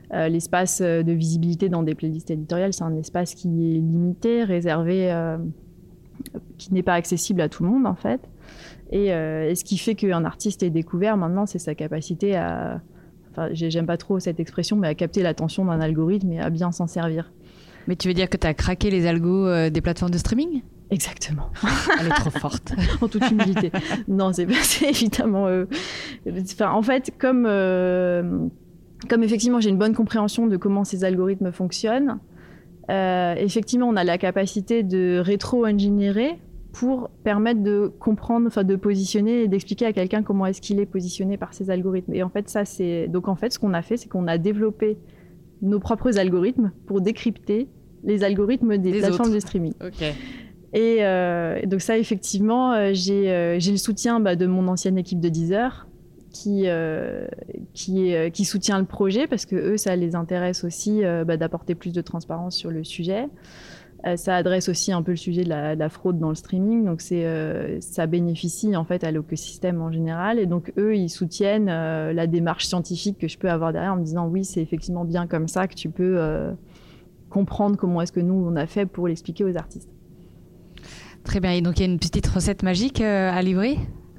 Euh, l'espace de visibilité dans des playlists éditoriales, c'est un espace qui est limité, réservé, euh, qui n'est pas accessible à tout le monde en fait. Et, euh, et ce qui fait qu'un artiste est découvert maintenant, c'est sa capacité à, enfin j'aime pas trop cette expression, mais à capter l'attention d'un algorithme et à bien s'en servir. Mais tu veux dire que tu as craqué les algos euh, des plateformes de streaming ? Exactement. Elle est trop forte. En toute humilité. Non, c'est, c'est évidemment... Euh, enfin, en fait, comme... Euh, Comme effectivement j'ai une bonne compréhension de comment ces algorithmes fonctionnent, euh, effectivement on a la capacité de rétro-ingénierer pour permettre de comprendre, enfin de positionner et d'expliquer à quelqu'un comment est-ce qu'il est positionné par ces algorithmes. Et en fait ça c'est donc en fait ce qu'on a fait, c'est qu'on a développé nos propres algorithmes pour décrypter les algorithmes des les plateformes autres. de streaming. Ok. Et euh, donc ça effectivement euh, j'ai euh, j'ai le soutien bah, de mon ancienne équipe de Deezer. Qui, euh, qui, est, qui soutient le projet parce que eux, ça les intéresse aussi euh, bah, d'apporter plus de transparence sur le sujet. Euh, ça adresse aussi un peu le sujet de la, de la fraude dans le streaming, donc c'est, euh, ça bénéficie en fait à l'écosystème en général. Et donc eux, ils soutiennent euh, la démarche scientifique que je peux avoir derrière en me disant oui, c'est effectivement bien comme ça que tu peux euh, comprendre comment est-ce que nous on a fait pour l'expliquer aux artistes. Très bien. Et donc il y a une petite recette magique euh, à livrer ?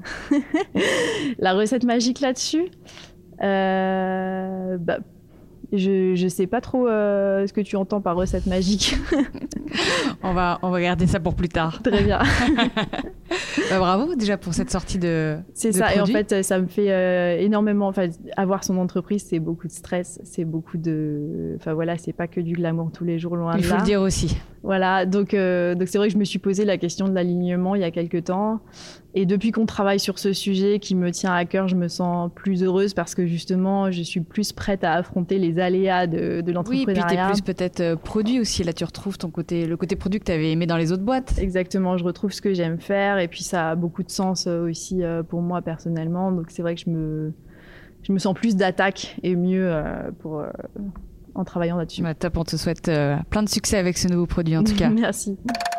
La recette magique là-dessus, euh, bah, je je sais pas trop euh, ce que tu entends par recette magique. on va on va garder ça pour plus tard. Très bien. Bah, bravo déjà pour cette sortie de c'est de ça produit. Et en fait ça me fait euh, énormément, enfin avoir son entreprise c'est beaucoup de stress, c'est beaucoup de, enfin voilà, c'est pas que du glamour tous les jours, loin Il de faut là. le dire aussi. Voilà, donc euh, donc c'est vrai que je me suis posé la question de l'alignement il y a quelques temps. Et depuis qu'on travaille sur ce sujet qui me tient à cœur, je me sens plus heureuse parce que justement, je suis plus prête à affronter les aléas de, de l'entrepreneuriat. Oui, et puis t'es plus peut-être euh, produit aussi. Là, tu retrouves ton côté, le côté produit que tu avais aimé dans les autres boîtes. Exactement, je retrouve ce que j'aime faire et puis ça a beaucoup de sens aussi euh, pour moi personnellement. Donc c'est vrai que je me, je me sens plus d'attaque et mieux euh, pour, euh, en travaillant là-dessus. Bah, top, on te souhaite euh, plein de succès avec ce nouveau produit en tout cas. Merci.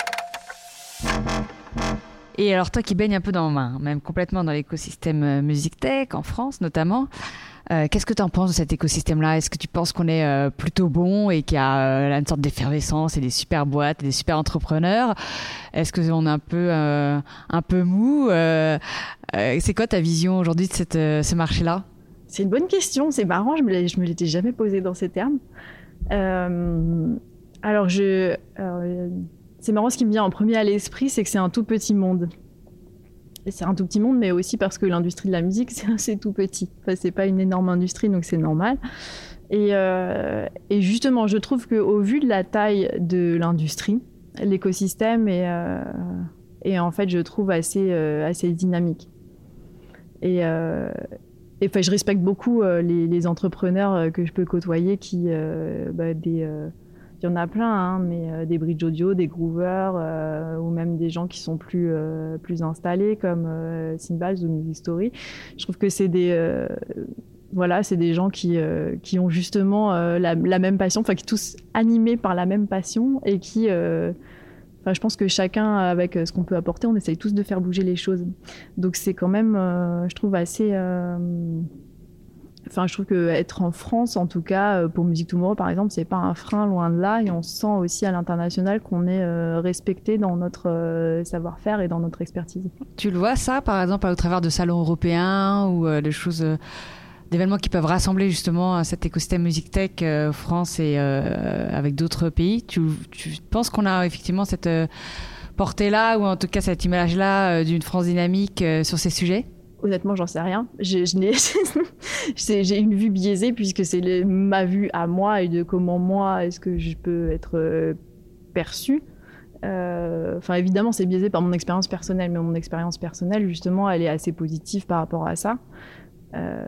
Et alors toi qui baignes un peu dans, même complètement dans l'écosystème musique tech en France notamment, euh, qu'est-ce que tu en penses de cet écosystème-là ? Est-ce que tu penses qu'on est euh, plutôt bon et qu'il y a euh, une sorte d'effervescence et des super boîtes et des super entrepreneurs ? Est-ce qu'on est un peu, euh, un peu mou ? euh, euh, C'est quoi ta vision aujourd'hui de cette, euh, ce marché-là ? C'est une bonne question, c'est marrant, je me, je me l'étais jamais posé dans ces termes. Euh, alors je... Alors, c'est marrant, ce qui me vient en premier à l'esprit, c'est que c'est un tout petit monde. Et c'est un tout petit monde, mais aussi parce que l'industrie de la musique, c'est assez tout petit. Enfin, c'est pas une énorme industrie, donc c'est normal. Et, euh, et justement, je trouve qu'au vu de la taille de l'industrie, l'écosystème est, euh, est en fait, je trouve, assez, euh, assez dynamique. Et, euh, et enfin, je respecte beaucoup euh, les, les entrepreneurs que je peux côtoyer qui... Euh, bah, des... Euh, Il y en a plein, hein, mais euh, des bridge audio, des groovers, euh, ou même des gens qui sont plus, euh, plus installés, comme euh, Cymbals ou Music Story. Je trouve que c'est des, euh, voilà, c'est des gens qui, euh, qui ont justement euh, la, la même passion, enfin qui sont tous animés par la même passion et qui... Euh, Enfin, je pense que chacun, avec ce qu'on peut apporter, on essaye tous de faire bouger les choses. Donc c'est quand même, euh, je trouve, assez... Euh, Enfin, je trouve qu'être en France, en tout cas, pour Music Tomorrow, par exemple, c'est pas un frein, loin de là. Et on sent aussi à l'international qu'on est euh, respecté dans notre euh, savoir-faire et dans notre expertise. Tu le vois, ça, par exemple, au travers de salons européens ou euh, de choses, euh, d'événements qui peuvent rassembler justement cet écosystème musique tech euh, France et euh, avec d'autres pays. Tu, tu penses qu'on a effectivement cette euh, portée-là, ou en tout cas cette image-là euh, d'une France dynamique euh, sur ces sujets ? Honnêtement, j'en sais rien. J'ai, je n'ai, j'ai une vue biaisée puisque c'est le, ma vue à moi et de comment moi est-ce que je peux être euh, perçue. Euh, enfin, évidemment, c'est biaisé par mon expérience personnelle, mais mon expérience personnelle, justement, elle est assez positive par rapport à ça. Euh,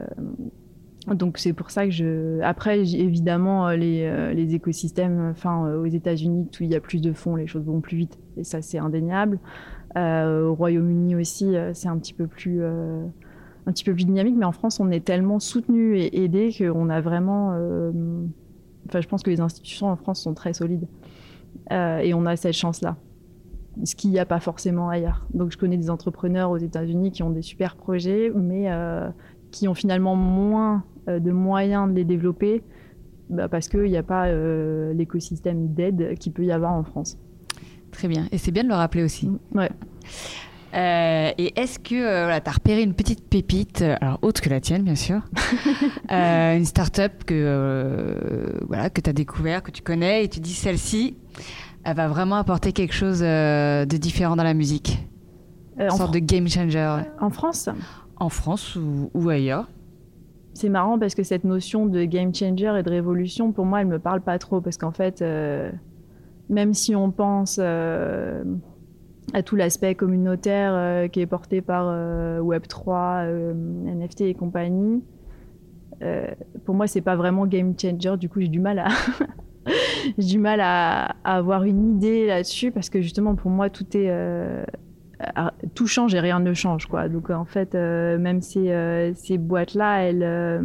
donc c'est pour ça que je... Après, évidemment, les, les écosystèmes, enfin, aux États-Unis, où il y a plus de fonds, les choses vont plus vite. Et ça, c'est indéniable. Euh, au Royaume-Uni aussi, c'est un petit peu plus, euh, un petit peu plus dynamique, mais en France, on est tellement soutenu et aidé qu'on a vraiment. Euh, enfin, je pense que les institutions en France sont très solides euh, et on a cette chance-là, ce qu'il n'y a pas forcément ailleurs. Donc, je connais des entrepreneurs aux États-Unis qui ont des super projets, mais euh, qui ont finalement moins euh, de moyens de les développer bah, parce qu'il n'y a pas euh, l'écosystème d'aide qu'il peut y avoir en France. Très bien. Et c'est bien de le rappeler aussi. Ouais. Euh, et est-ce que euh, voilà, tu as repéré une petite pépite, alors autre que la tienne, bien sûr, euh, une start-up que, euh, voilà, que tu as découvert, que tu connais, et tu dis celle-ci, elle va vraiment apporter quelque chose euh, de différent dans la musique, euh, une sorte Fr- de game changer. En France En France ou, ou ailleurs. C'est marrant parce que cette notion de game changer et de révolution, pour moi, elle me parle pas trop parce qu'en fait, euh, même si on pense euh, à tout l'aspect communautaire euh, qui est porté par euh, web trois, euh, N F T et compagnie, euh, pour moi, c'est pas vraiment game changer. Du coup, j'ai du mal à j'ai du mal à, à avoir une idée là-dessus parce que justement, pour moi, tout est euh, tout change et rien ne change, quoi. Donc en fait, euh, même ces, euh, ces boîtes-là, elles, euh,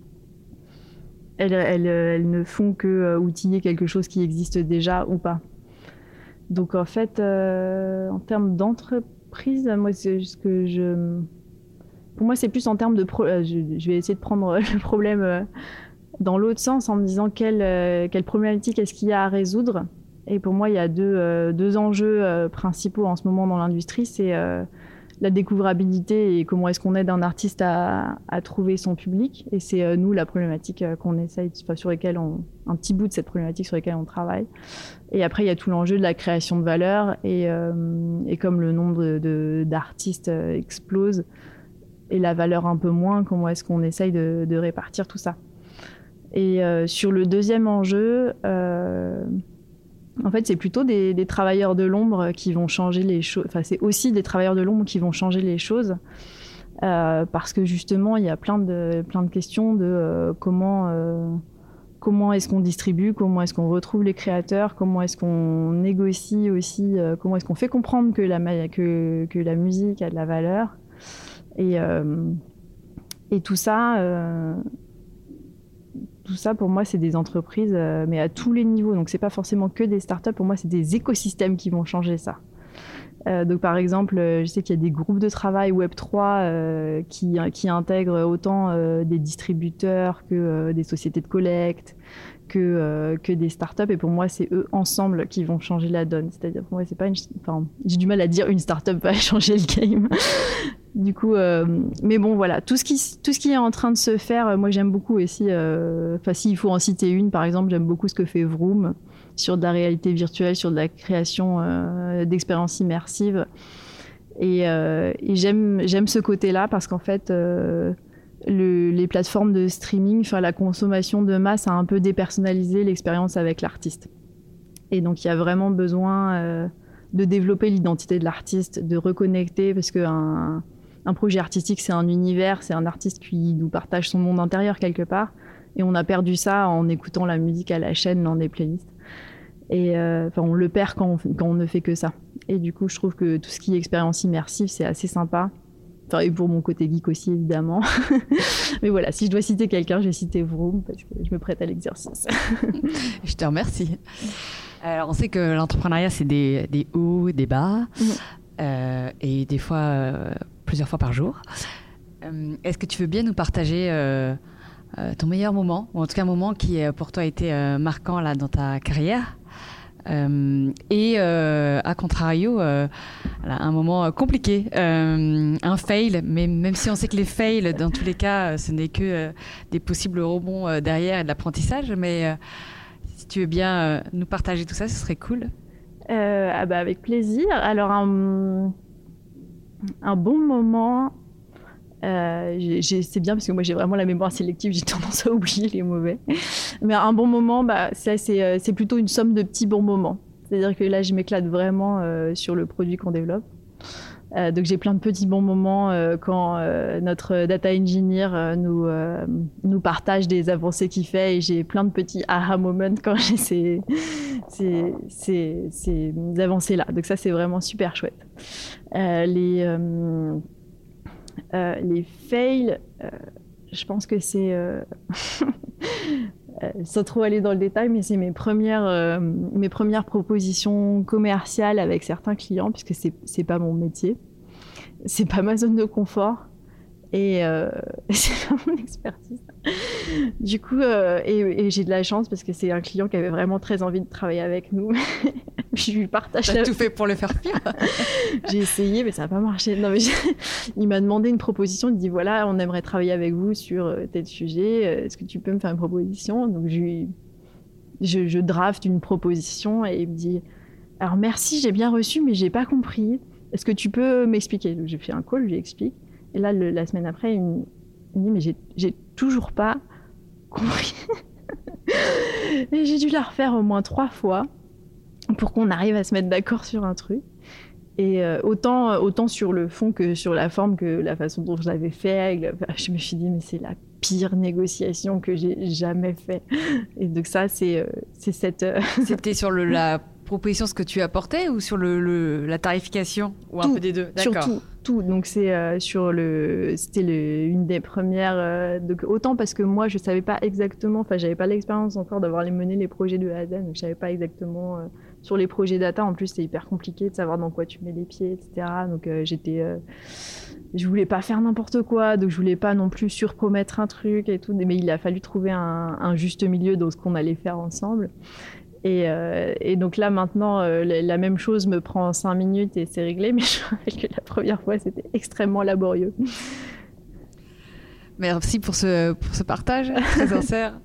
elles, elles, elles ne font que euh, outiller quelque chose qui existe déjà ou pas. Donc en fait, euh, en termes d'entreprise, moi, c'est ce que je, pour moi, c'est plus en termes de, pro... je, je vais essayer de prendre le problème euh, dans l'autre sens en me disant quelle, euh, quelle problématique est-ce qu'il y a à résoudre. Et pour moi, il y a deux, euh, deux enjeux euh, principaux en ce moment dans l'industrie. C'est euh, la découvrabilité et comment est-ce qu'on aide un artiste à, à trouver son public. Et c'est euh, nous, la problématique euh, qu'on essaye, enfin, sur lesquelles on, un petit bout de cette problématique sur laquelle on travaille. Et après, il y a tout l'enjeu de la création de valeur. Et, euh, et comme le nombre de, de, d'artistes euh, explose et la valeur un peu moins, comment est-ce qu'on essaye de, de répartir tout ça. Et euh, sur le deuxième enjeu... Euh, En fait, c'est plutôt des, des travailleurs de l'ombre qui vont changer les choses. Enfin, c'est aussi des travailleurs de l'ombre qui vont changer les choses. Euh, parce que justement, il y a plein de, plein de questions de euh, comment, euh, comment est-ce qu'on distribue, comment est-ce qu'on retrouve les créateurs, comment est-ce qu'on négocie aussi, euh, comment est-ce qu'on fait comprendre que la, que, que la musique a de la valeur. Et, euh, et tout ça... Euh, Tout ça, pour moi, c'est des entreprises, euh, mais à tous les niveaux. Donc, c'est pas forcément que des startups. Pour moi, c'est des écosystèmes qui vont changer ça. Euh, donc, par exemple, euh, je sais qu'il y a des groupes de travail web trois euh, qui, qui intègrent autant euh, des distributeurs que euh, des sociétés de collecte, que, euh, que des startups. Et pour moi, c'est eux ensemble qui vont changer la donne. C'est-à-dire, pour moi, c'est pas une... Enfin, j'ai du mal à dire une startup va changer le game. Du coup, euh, mais bon, voilà, tout ce qui, tout ce qui est en train de se faire, euh, moi j'aime beaucoup aussi, enfin euh, s'il faut en citer une, par exemple, j'aime beaucoup ce que fait Vroom sur de la réalité virtuelle, sur de la création euh, d'expériences immersives. Et, euh, et j'aime, j'aime ce côté-là parce qu'en fait, euh, le, les plateformes de streaming, enfin la consommation de masse a un peu dépersonnalisé l'expérience avec l'artiste. Et donc il y a vraiment besoin euh, de développer l'identité de l'artiste, de reconnecter, parce qu'un Un projet artistique, c'est un univers, c'est un artiste qui nous partage son monde intérieur quelque part. Et on a perdu ça en écoutant la musique à la chaîne dans des playlists. Et euh, enfin, on le perd quand on, quand on ne fait que ça. Et du coup, je trouve que tout ce qui est expérience immersive, c'est assez sympa. Enfin, et pour mon côté geek aussi, évidemment. Mais voilà, si je dois citer quelqu'un, je vais citer Vroom, parce que je me prête à l'exercice. Je te remercie. Alors, on sait que l'entrepreneuriat, c'est des, des hauts, des bas. Mmh. Euh, et des fois... Euh, plusieurs fois par jour. Euh, est-ce que tu veux bien nous partager euh, euh, ton meilleur moment, ou en tout cas un moment qui euh, pour toi a été euh, marquant là, dans ta carrière euh, et euh, à contrario, euh, là, un moment compliqué, euh, un fail, mais même si on sait que les fails, dans tous les cas, ce n'est que euh, des possibles rebonds euh, derrière et de l'apprentissage, mais euh, si tu veux bien euh, nous partager tout ça, ce serait cool. Euh, ah bah avec plaisir. Alors, un... Un bon moment, euh, j'ai, j'ai, c'est bien parce que moi j'ai vraiment la mémoire sélective, j'ai tendance à oublier les mauvais. Mais un bon moment, bah, ça, c'est, c'est plutôt une somme de petits bons moments. C'est-à-dire que là, je m'éclate vraiment euh, sur le produit qu'on développe. Euh, donc j'ai plein de petits bons moments euh, quand euh, notre data engineer euh, nous, euh, nous partage des avancées qu'il fait, et j'ai plein de petits aha moments quand j'ai ces, ces, ces, ces avancées-là. Donc ça, c'est vraiment super chouette. Euh, les, euh, euh, les fails, euh, je pense que c'est... Euh Euh, sans trop aller dans le détail, mais c'est mes premières, euh, mes premières propositions commerciales avec certains clients, puisque c'est, c'est pas mon métier, c'est pas ma zone de confort. Et euh, c'est pas mon expertise. Du coup, euh, et, et j'ai de la chance parce que c'est un client qui avait vraiment très envie de travailler avec nous. Je lui partage. T'as la... tout fait pour le faire pire. J'ai essayé, mais ça n'a pas marché. Non, mais j'ai... Il m'a demandé une proposition. Il dit voilà, on aimerait travailler avec vous sur tel sujet. Est-ce que tu peux me faire une proposition? Donc je, lui... je, je draft une proposition et il me dit alors merci, j'ai bien reçu, mais j'ai pas compris. Est-ce que tu peux m'expliquer? Donc j'ai fait un call, je lui explique. Et là, le, la semaine après, il me, il me dit mais j'ai, j'ai toujours pas compris. Et j'ai dû la refaire au moins trois fois pour qu'on arrive à se mettre d'accord sur un truc. Et euh, autant, autant sur le fond que sur la forme, que la façon dont je l'avais fait, je me suis dit mais c'est la pire négociation que j'ai jamais fait. Et donc ça, c'est, euh, c'est cette... Euh... C'était sur le, la proposition, ce que tu apportais, ou sur le, le, la tarification, ou tout, un peu des deux? D'accord. Sur tout, tout. Donc c'est euh, sur le... C'était le, une des premières... Euh, donc autant parce que moi, je savais pas exactement... Enfin, j'avais pas l'expérience encore d'avoir les mené les projets de A à Z, donc je savais pas exactement... Euh, sur les projets data, en plus, c'est hyper compliqué de savoir dans quoi tu mets les pieds, et cetera. Donc euh, j'étais... Euh, je voulais pas faire n'importe quoi, donc je voulais pas non plus surpromettre un truc et tout. Mais il a fallu trouver un, un juste milieu dans ce qu'on allait faire ensemble. Et, euh, et donc là, maintenant, euh, la, la même chose me prend cinq minutes et c'est réglé. Mais je rappelle que la première fois, c'était extrêmement laborieux. Merci pour ce, pour ce partage très sincère.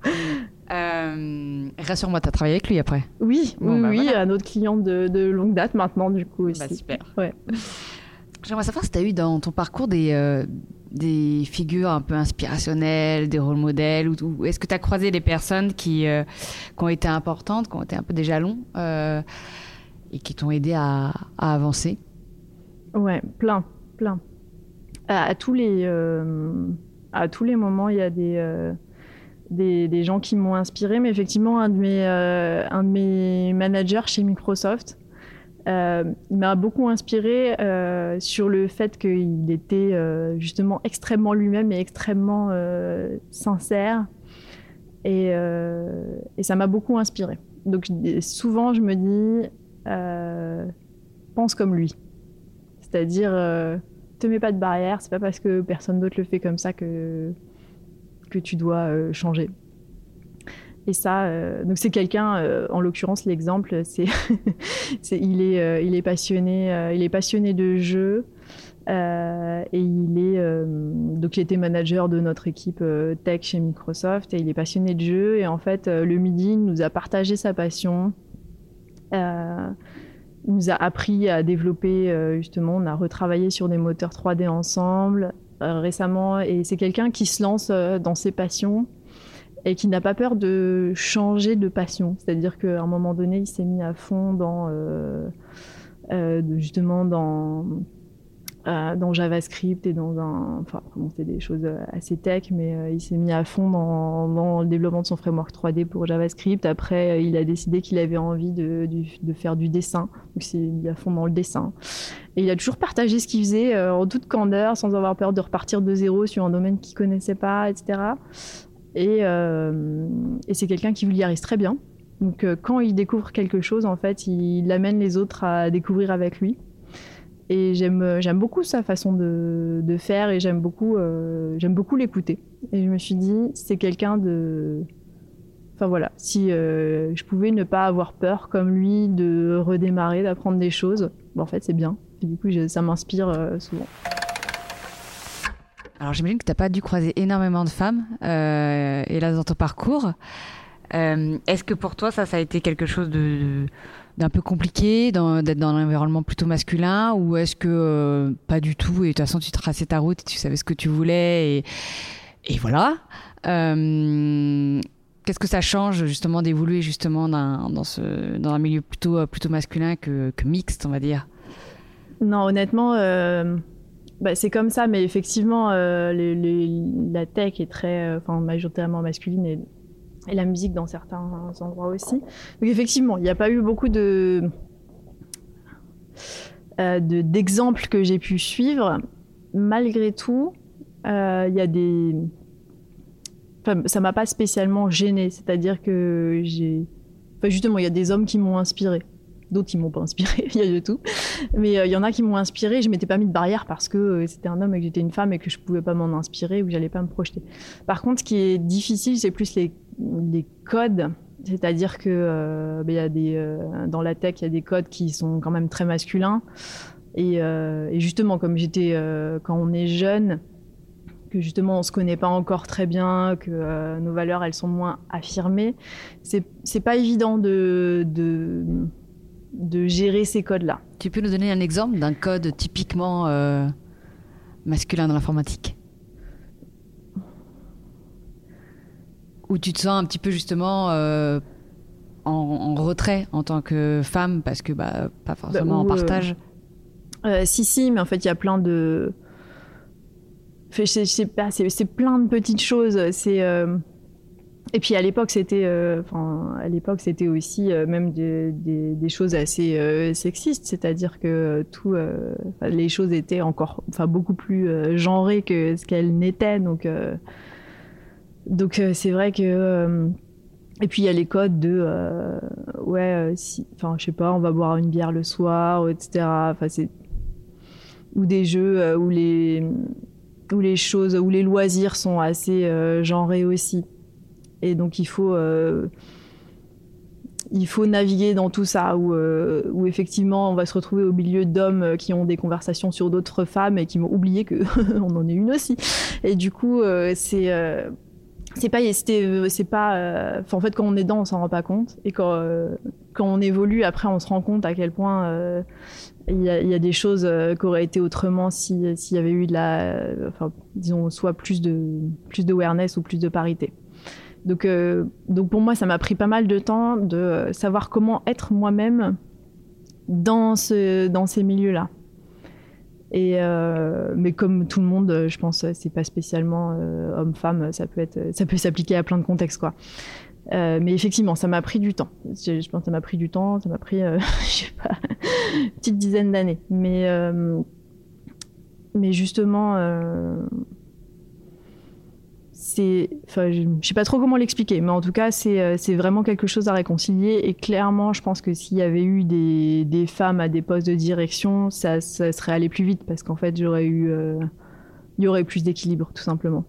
Euh, rassure-moi, tu as travaillé avec lui après? Oui, bon, oui, bah, oui voilà. Un autre client de, de longue date maintenant, du coup aussi. Bah, super. Ouais. J'aimerais savoir si tu as eu dans ton parcours des, euh, des figures un peu inspirationnelles, des rôles modèles, ou, ou est-ce que tu as croisé des personnes qui, euh, qui ont été importantes, qui ont été un peu des jalons euh, et qui t'ont aidé à, à avancer? Ouais, plein, plein. À, à, tous les, euh, à tous les moments, il y a des, euh, des, des gens qui m'ont inspiré, mais effectivement, un de mes, euh, un de mes managers chez Microsoft, Euh, il m'a beaucoup inspiré euh, sur le fait qu'il était euh, justement extrêmement lui-même et extrêmement euh, sincère. Et, euh, et ça m'a beaucoup inspiré. Donc souvent, je me dis, euh, pense comme lui. C'est-à-dire, euh, te mets pas de barrière. C'est pas parce que personne d'autre le fait comme ça que, que tu dois euh, changer. Et ça, euh, donc c'est quelqu'un, euh, en l'occurrence l'exemple, c'est, c'est il est, euh, il est passionné, euh, il est passionné de jeux euh, et il est, euh, donc il était manager de notre équipe euh, tech chez Microsoft et il est passionné de jeux et en fait euh, le midi il nous a partagé sa passion, euh, il nous a appris à développer euh, justement, on a retravaillé sur des moteurs trois D ensemble euh, récemment et c'est quelqu'un qui se lance euh, dans ses passions. Et qui n'a pas peur de changer de passion. C'est-à-dire qu'à un moment donné, il s'est mis à fond dans, euh, euh, justement dans, euh, dans JavaScript et dans un... Enfin, bon, c'est des choses assez tech, mais euh, il s'est mis à fond dans, dans le développement de son framework trois D pour JavaScript. Après, il a décidé qu'il avait envie de, de, de faire du dessin. Donc, il s'est mis à fond dans le dessin. Et il a toujours partagé ce qu'il faisait euh, en toute candeur, sans avoir peur de repartir de zéro sur un domaine qu'il ne connaissait pas, et cetera. Et, euh, et c'est quelqu'un qui vulgarise très bien. Donc euh, quand il découvre quelque chose, en fait, il amène les autres à découvrir avec lui. Et j'aime, j'aime beaucoup sa façon de, de faire et j'aime beaucoup, euh, j'aime beaucoup l'écouter. Et je me suis dit, c'est quelqu'un de... Enfin voilà, si euh, je pouvais ne pas avoir peur comme lui de redémarrer, d'apprendre des choses, bon, en fait c'est bien. Et du coup, je, ça m'inspire euh, souvent. Alors j'imagine que tu n'as pas dû croiser énormément de femmes, euh, hélas, dans ton parcours. Euh, est-ce que pour toi, ça, ça a été quelque chose de, d'un peu compliqué, dans, d'être dans un environnement plutôt masculin, ou est-ce que euh, pas du tout, et de toute façon, tu traçais ta route, et tu savais ce que tu voulais, et, et voilà. Euh, qu'est-ce que ça change, justement, d'évoluer justement dans, dans, ce, dans un milieu plutôt, plutôt masculin que, que mixte, on va dire? Non, honnêtement... Euh... Bah, c'est comme ça, mais effectivement, euh, les, les, la tech est très, enfin, euh, majoritairement masculine et, et la musique dans certains endroits aussi. Donc effectivement, il n'y a pas eu beaucoup de, euh, de d'exemples que j'ai pu suivre. Malgré tout, euh, il y a des, enfin, ça m'a pas spécialement gênée. C'est-à-dire que j'ai, enfin, justement, il y a des hommes qui m'ont inspirée. d'autres qui m'ont pas inspirée, il y a de tout. Mais il euh, y en a qui m'ont inspirée. Je m'étais pas mis de barrière parce que euh, c'était un homme et que j'étais une femme et que je pouvais pas m'en inspirer ou que j'allais pas me projeter. Par contre, ce qui est difficile, c'est plus les, les codes. C'est-à-dire que euh, ben, y a des, euh, dans la tech, il y a des codes qui sont quand même très masculins. Et, euh, et justement, comme j'étais, euh, quand on est jeune, que justement on se connaît pas encore très bien, que euh, nos valeurs elles sont moins affirmées, c'est c'est pas évident de de de gérer ces codes-là. Tu peux nous donner un exemple d'un code typiquement euh, masculin dans l'informatique, où tu te sens un petit peu justement euh, en, en retrait en tant que femme parce que bah pas forcément bah, ou, en partage. Euh, euh, si si, mais en fait il y a plein de Je sais, je sais pas, c'est, c'est plein de petites choses. C'est, euh... Et puis à l'époque, c'était, enfin, euh, à l'époque, c'était aussi euh, même des, des, des choses assez euh, sexistes, c'est-à-dire que tout, euh, les choses étaient encore, enfin, beaucoup plus euh, genrées que ce qu'elles n'étaient. Donc, euh... donc euh, c'est vrai que. Euh... Et puis il y a les codes de, euh... ouais, si... enfin, je sais pas, on va boire une bière le soir, et cetera. Enfin, c'est ou des jeux euh, où les où les choses, où les loisirs sont assez euh, genrés aussi. Et donc il faut, euh, il faut naviguer dans tout ça, où, euh, où effectivement on va se retrouver au milieu d'hommes qui ont des conversations sur d'autres femmes et qui m'ont oublié qu'on en est une aussi. Et du coup, euh, c'est, euh, c'est pas, c'était, c'est pas, euh, en fait quand on est dedans on s'en rend pas compte. Et quand, euh, quand on évolue, après on se rend compte à quel point euh, Il y, a, il y a des choses euh, qui auraient été autrement si, s'il y avait eu de la, euh, enfin, disons, soit plus de, plus de awareness ou plus de parité. Donc, euh, donc pour moi, ça m'a pris pas mal de temps de savoir comment être moi-même dans, ce, dans ces milieux-là. Et euh, mais comme tout le monde, je pense, c'est pas spécialement euh, homme-femme, ça peut être, ça peut s'appliquer à plein de contextes, quoi. Euh, mais effectivement, ça m'a pris du temps. Je, je pense que ça m'a pris du temps, ça m'a pris, euh, je sais pas, une petite dizaine d'années. Mais, euh, mais justement, euh, c'est, enfin, je, je sais pas trop comment l'expliquer, mais en tout cas, c'est, c'est vraiment quelque chose à réconcilier. Et clairement, je pense que s'il y avait eu des, des femmes à des postes de direction, ça, ça serait allé plus vite parce qu'en fait, j'aurais eu, euh, il y aurait plus d'équilibre, tout simplement.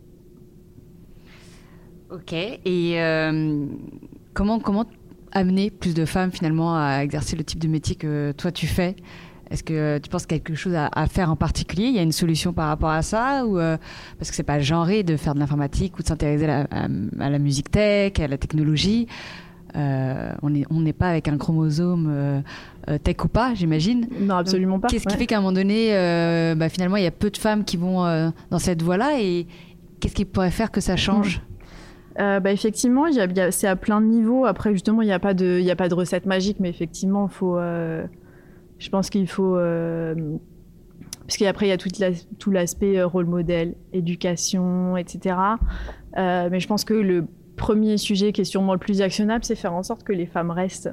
Ok, et euh, comment, comment amener plus de femmes finalement à exercer le type de métier que toi tu fais ? Est-ce que tu penses qu'il y a quelque chose à, à faire en particulier ? Il y a une solution par rapport à ça ou euh, parce que c'est pas genré de faire de l'informatique ou de s'intéresser à, à, à la musique tech, à la technologie. Euh, on n'est on n'est pas avec un chromosome euh, tech ou pas, j'imagine. Non, absolument Donc, pas. Qu'est-ce ouais. qui fait qu'à un moment donné, euh, bah, finalement, il y a peu de femmes qui vont euh, dans cette voie-là et qu'est-ce qui pourrait faire que ça change ? mmh. Euh, bah effectivement, y a, y a, c'est à plein de niveaux. Après, justement, il n'y a pas de, il y a pas de recette magique, mais effectivement, faut, euh, je pense qu'il faut, euh, parce qu'après, il y a toute la, tout l'aspect euh, rôle modèle, éducation, et cetera. Euh, mais je pense que le premier sujet qui est sûrement le plus actionnable, c'est faire en sorte que les femmes restent.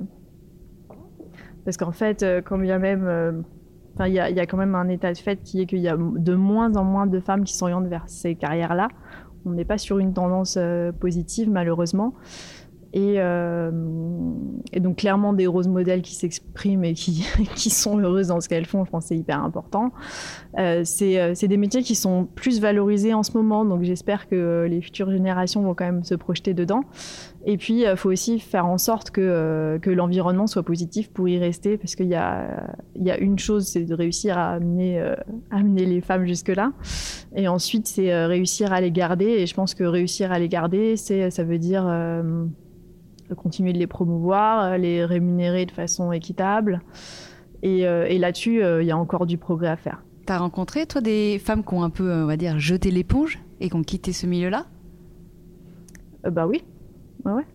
Parce qu'en fait, euh, quand bien même, euh, enfin, il y a, y a quand même un état de fait qui est qu'il y a de moins en moins de femmes qui s'orientent vers ces carrières-là. On n'est pas sur une tendance euh, positive, malheureusement. Et, euh, et donc, clairement, des roses modèles qui s'expriment et qui, qui sont heureuses dans ce qu'elles font, je pense que c'est hyper important. Euh, c'est, c'est des métiers qui sont plus valorisés en ce moment, donc j'espère que les futures générations vont quand même se projeter dedans. Et puis, il faut aussi faire en sorte que, euh, que l'environnement soit positif pour y rester, parce qu'il y a, il y a une chose, c'est de réussir à amener, euh, amener les femmes jusque-là. Et ensuite, c'est euh, réussir à les garder. Et je pense que réussir à les garder, c'est, ça veut dire euh, continuer de les promouvoir, les rémunérer de façon équitable. Et, euh, et là-dessus, il euh, y a encore du progrès à faire. T'as rencontré, toi, des femmes qui ont un peu, on va dire, jeté l'éponge et qui ont quitté ce milieu-là ? euh, Bah oui. Ouais, ouais.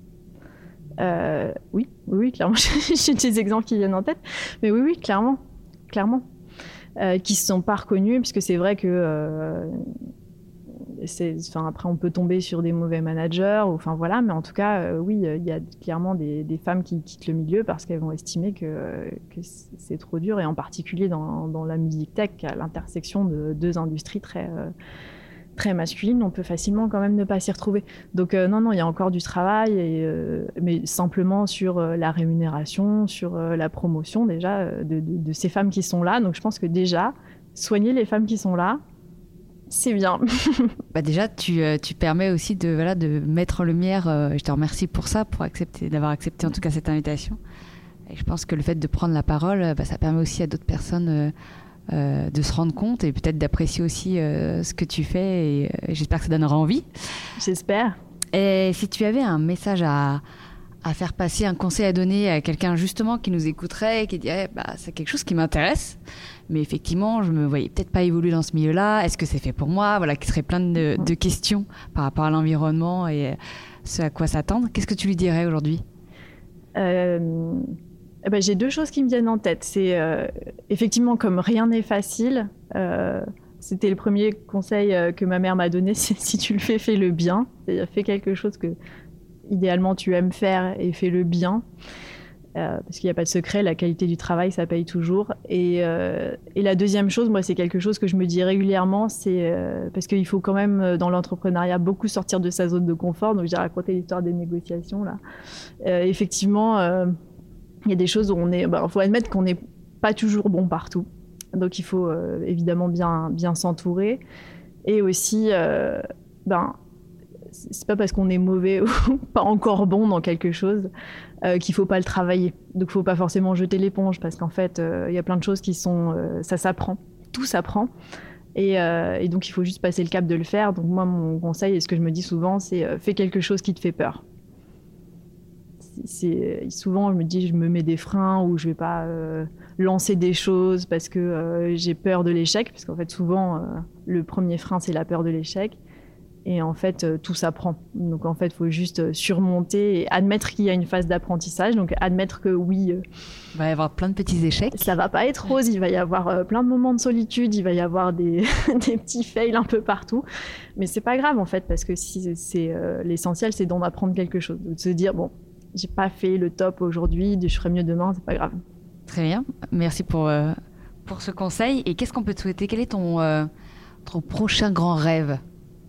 Euh, oui, oui, oui, clairement. J'ai des exemples qui viennent en tête. Mais oui, oui, clairement. Clairement. Euh, qui ne se sont pas reconnus, puisque c'est vrai que... Euh, c'est, enfin, après, on peut tomber sur des mauvais managers, ou, enfin voilà, mais en tout cas, euh, oui, il y a clairement des, des femmes qui quittent le milieu parce qu'elles vont estimer que, que c'est trop dur, et en particulier dans, dans la musique tech, à l'intersection de deux industries très... Euh, très masculine, on peut facilement quand même ne pas s'y retrouver. Donc euh, non, non, il y a encore du travail, et, euh, mais simplement sur euh, la rémunération, sur euh, la promotion déjà euh, de, de, de ces femmes qui sont là. Donc je pense que déjà, soigner les femmes qui sont là, c'est bien. Bah déjà, tu, euh, tu permets aussi de, voilà, de mettre en lumière, euh, je te remercie pour ça, pour accepter, d'avoir accepté en tout cas cette invitation. Et je pense que le fait de prendre la parole, bah, ça permet aussi à d'autres personnes euh, euh, de se rendre compte et peut-être d'apprécier aussi euh, ce que tu fais. Et euh, j'espère que ça donnera envie. J'espère. Et si tu avais un message à, à faire passer, un conseil à donner à quelqu'un justement qui nous écouterait et qui dirait bah, c'est quelque chose qui m'intéresse, mais effectivement je me voyais peut-être pas évoluer dans ce milieu-là, est-ce que c'est fait pour moi, voilà, qui serait plein de, de questions par rapport à l'environnement et ce à quoi s'attendre, qu'est-ce que tu lui dirais aujourd'hui? euh... Eh ben, j'ai deux choses qui me viennent en tête. C'est euh, effectivement, comme rien n'est facile, euh, c'était le premier conseil euh, que ma mère m'a donné, c'est si tu le fais, fais-le bien. C'est-à-dire, fais quelque chose que, idéalement, tu aimes faire et fais-le bien. Euh, parce qu'il n'y a pas de secret, la qualité du travail, ça paye toujours. Et, euh, et la deuxième chose, moi, c'est quelque chose que je me dis régulièrement, c'est euh, parce qu'il faut quand même, dans l'entrepreneuriat, beaucoup sortir de sa zone de confort. Donc, j'ai raconté l'histoire des négociations, là. Euh, effectivement... Euh, il y a des choses où on est, bah, faut admettre qu'on n'est pas toujours bon partout. Donc il faut euh, évidemment bien, bien s'entourer. Et aussi, euh, ben, c'est pas parce qu'on est mauvais ou pas encore bon dans quelque chose euh, qu'il faut pas le travailler. Donc il faut pas forcément jeter l'éponge parce qu'en fait, euh, il y a plein de choses qui sont, euh, ça s'apprend, tout s'apprend. Et, euh, et donc il faut juste passer le cap de le faire. Donc moi, mon conseil et ce que je me dis souvent, c'est euh, fais quelque chose qui te fait peur. C'est, souvent, je me dis, je me mets des freins ou je vais pas euh, lancer des choses parce que euh, j'ai peur de l'échec. Parce qu'en fait, souvent, euh, le premier frein, c'est la peur de l'échec. Et en fait, euh, tout s'apprend. Donc, en fait, il faut juste surmonter et admettre qu'il y a une phase d'apprentissage. Donc, admettre que oui... Euh, il va y avoir plein de petits échecs. Ça va pas être rose. Il va y avoir euh, plein de moments de solitude. Il va y avoir des, des petits fails un peu partout. Mais c'est pas grave, en fait, parce que si c'est, euh, l'essentiel, c'est d'en apprendre quelque chose. De se dire, bon... j'ai pas fait le top aujourd'hui, je ferai mieux demain, c'est pas grave. Très bien, merci pour, euh, pour ce conseil. Et qu'est-ce qu'on peut te souhaiter? Quel est ton, euh, ton prochain grand rêve?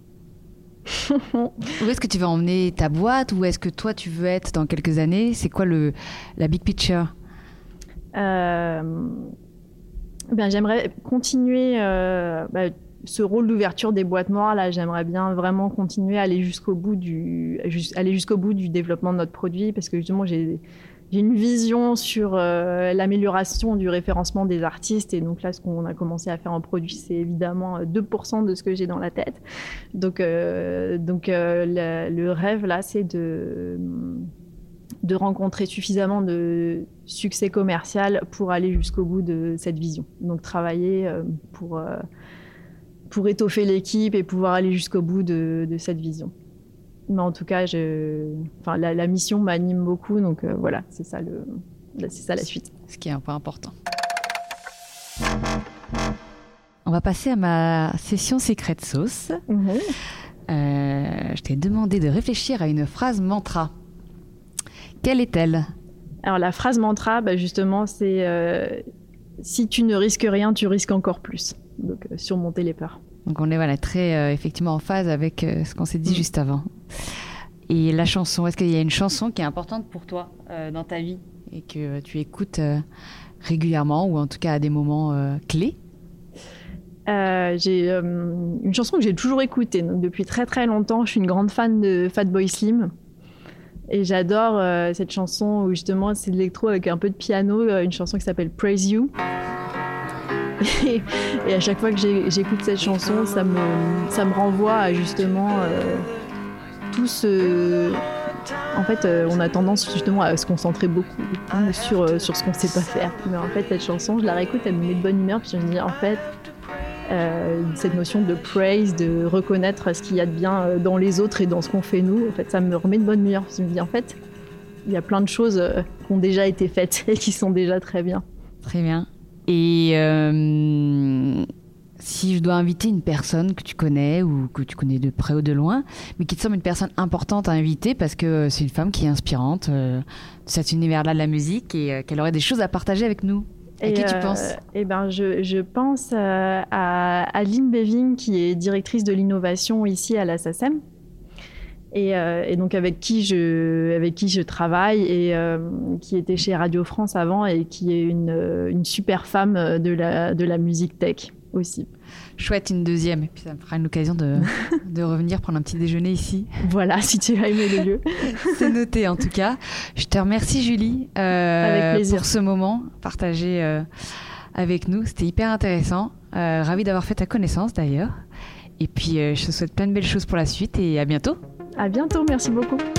Où est-ce que tu veux emmener ta boîte? Où est-ce que toi tu veux être dans quelques années? C'est quoi le, la big picture? euh, ben, J'aimerais continuer euh, bah, ce rôle d'ouverture des boîtes noires. Là, j'aimerais bien vraiment continuer à aller jusqu'au bout du, aller jusqu'au bout du développement de notre produit parce que justement, j'ai, j'ai une vision sur euh, l'amélioration du référencement des artistes. Et donc là, ce qu'on a commencé à faire en produit, c'est évidemment deux pour cent de ce que j'ai dans la tête. Donc, euh, donc euh, le, le rêve, là, c'est de, de rencontrer suffisamment de succès commercial pour aller jusqu'au bout de cette vision. Donc, travailler euh, pour... Euh, pour étoffer l'équipe et pouvoir aller jusqu'au bout de, de cette vision. Mais en tout cas, je, enfin, la, la mission m'anime beaucoup, donc euh, voilà, c'est ça, le, c'est ça la suite. Ce qui est un point important. On va passer à ma session Secret Sauce. Mmh. Euh, je t'ai demandé de réfléchir à une phrase mantra. Quelle est-elle? Alors la phrase mantra, bah, justement, c'est euh, « Si tu ne risques rien, tu risques encore plus ». Donc, euh, surmonter les peurs. Donc, on est voilà, très euh, effectivement en phase avec euh, ce qu'on s'est dit mmh. juste avant. Et la chanson, est-ce qu'il y a une chanson qui est importante pour toi euh, dans ta vie et que euh, tu écoutes euh, régulièrement ou en tout cas à des moments euh, clés? euh, J'ai euh, une chanson que j'ai toujours écoutée. Donc, depuis très très longtemps, je suis une grande fan de Fatboy Slim. Et j'adore euh, cette chanson où justement c'est de l'électro avec un peu de piano, euh, une chanson qui s'appelle Praise You. Et, et à chaque fois que j'ai, j'écoute cette chanson, ça me, ça me renvoie à justement euh, tout ce... En fait, euh, on a tendance justement à se concentrer beaucoup hein, sur, euh, sur ce qu'on ne sait pas faire. Mais en fait, cette chanson, je la réécoute, elle me met de bonne humeur. Puis je me dis, en fait, euh, cette notion de praise, de reconnaître ce qu'il y a de bien dans les autres et dans ce qu'on fait nous, en fait, ça me remet de bonne humeur. Je me dis, en fait, il y a plein de choses euh, qui ont déjà été faites et qui sont déjà très bien. Très bien. Et euh, si je dois inviter une personne que tu connais ou que tu connais de près ou de loin, mais qui te semble une personne importante à inviter parce que c'est une femme qui est inspirante euh, de cet univers-là de la musique et euh, qu'elle aurait des choses à partager avec nous. À qui tu euh, penses? Eh ben, je, je pense euh, à Adeline Beving, qui est directrice de l'innovation ici à la SACEM. Et, euh, et donc avec qui je, avec qui je travaille et euh, qui était chez Radio France avant et qui est une, une super femme de la, de la musique tech aussi. Chouette, une deuxième. Et puis ça me fera une occasion de, de revenir prendre un petit déjeuner ici. Voilà, si tu as aimé le lieu. C'est noté en tout cas. Je te remercie Julie euh, avec plaisir. pour ce moment partagé euh, avec nous. C'était hyper intéressant. Euh, ravie d'avoir fait ta connaissance d'ailleurs. Et puis euh, je te souhaite plein de belles choses pour la suite et à bientôt. À bientôt, merci beaucoup.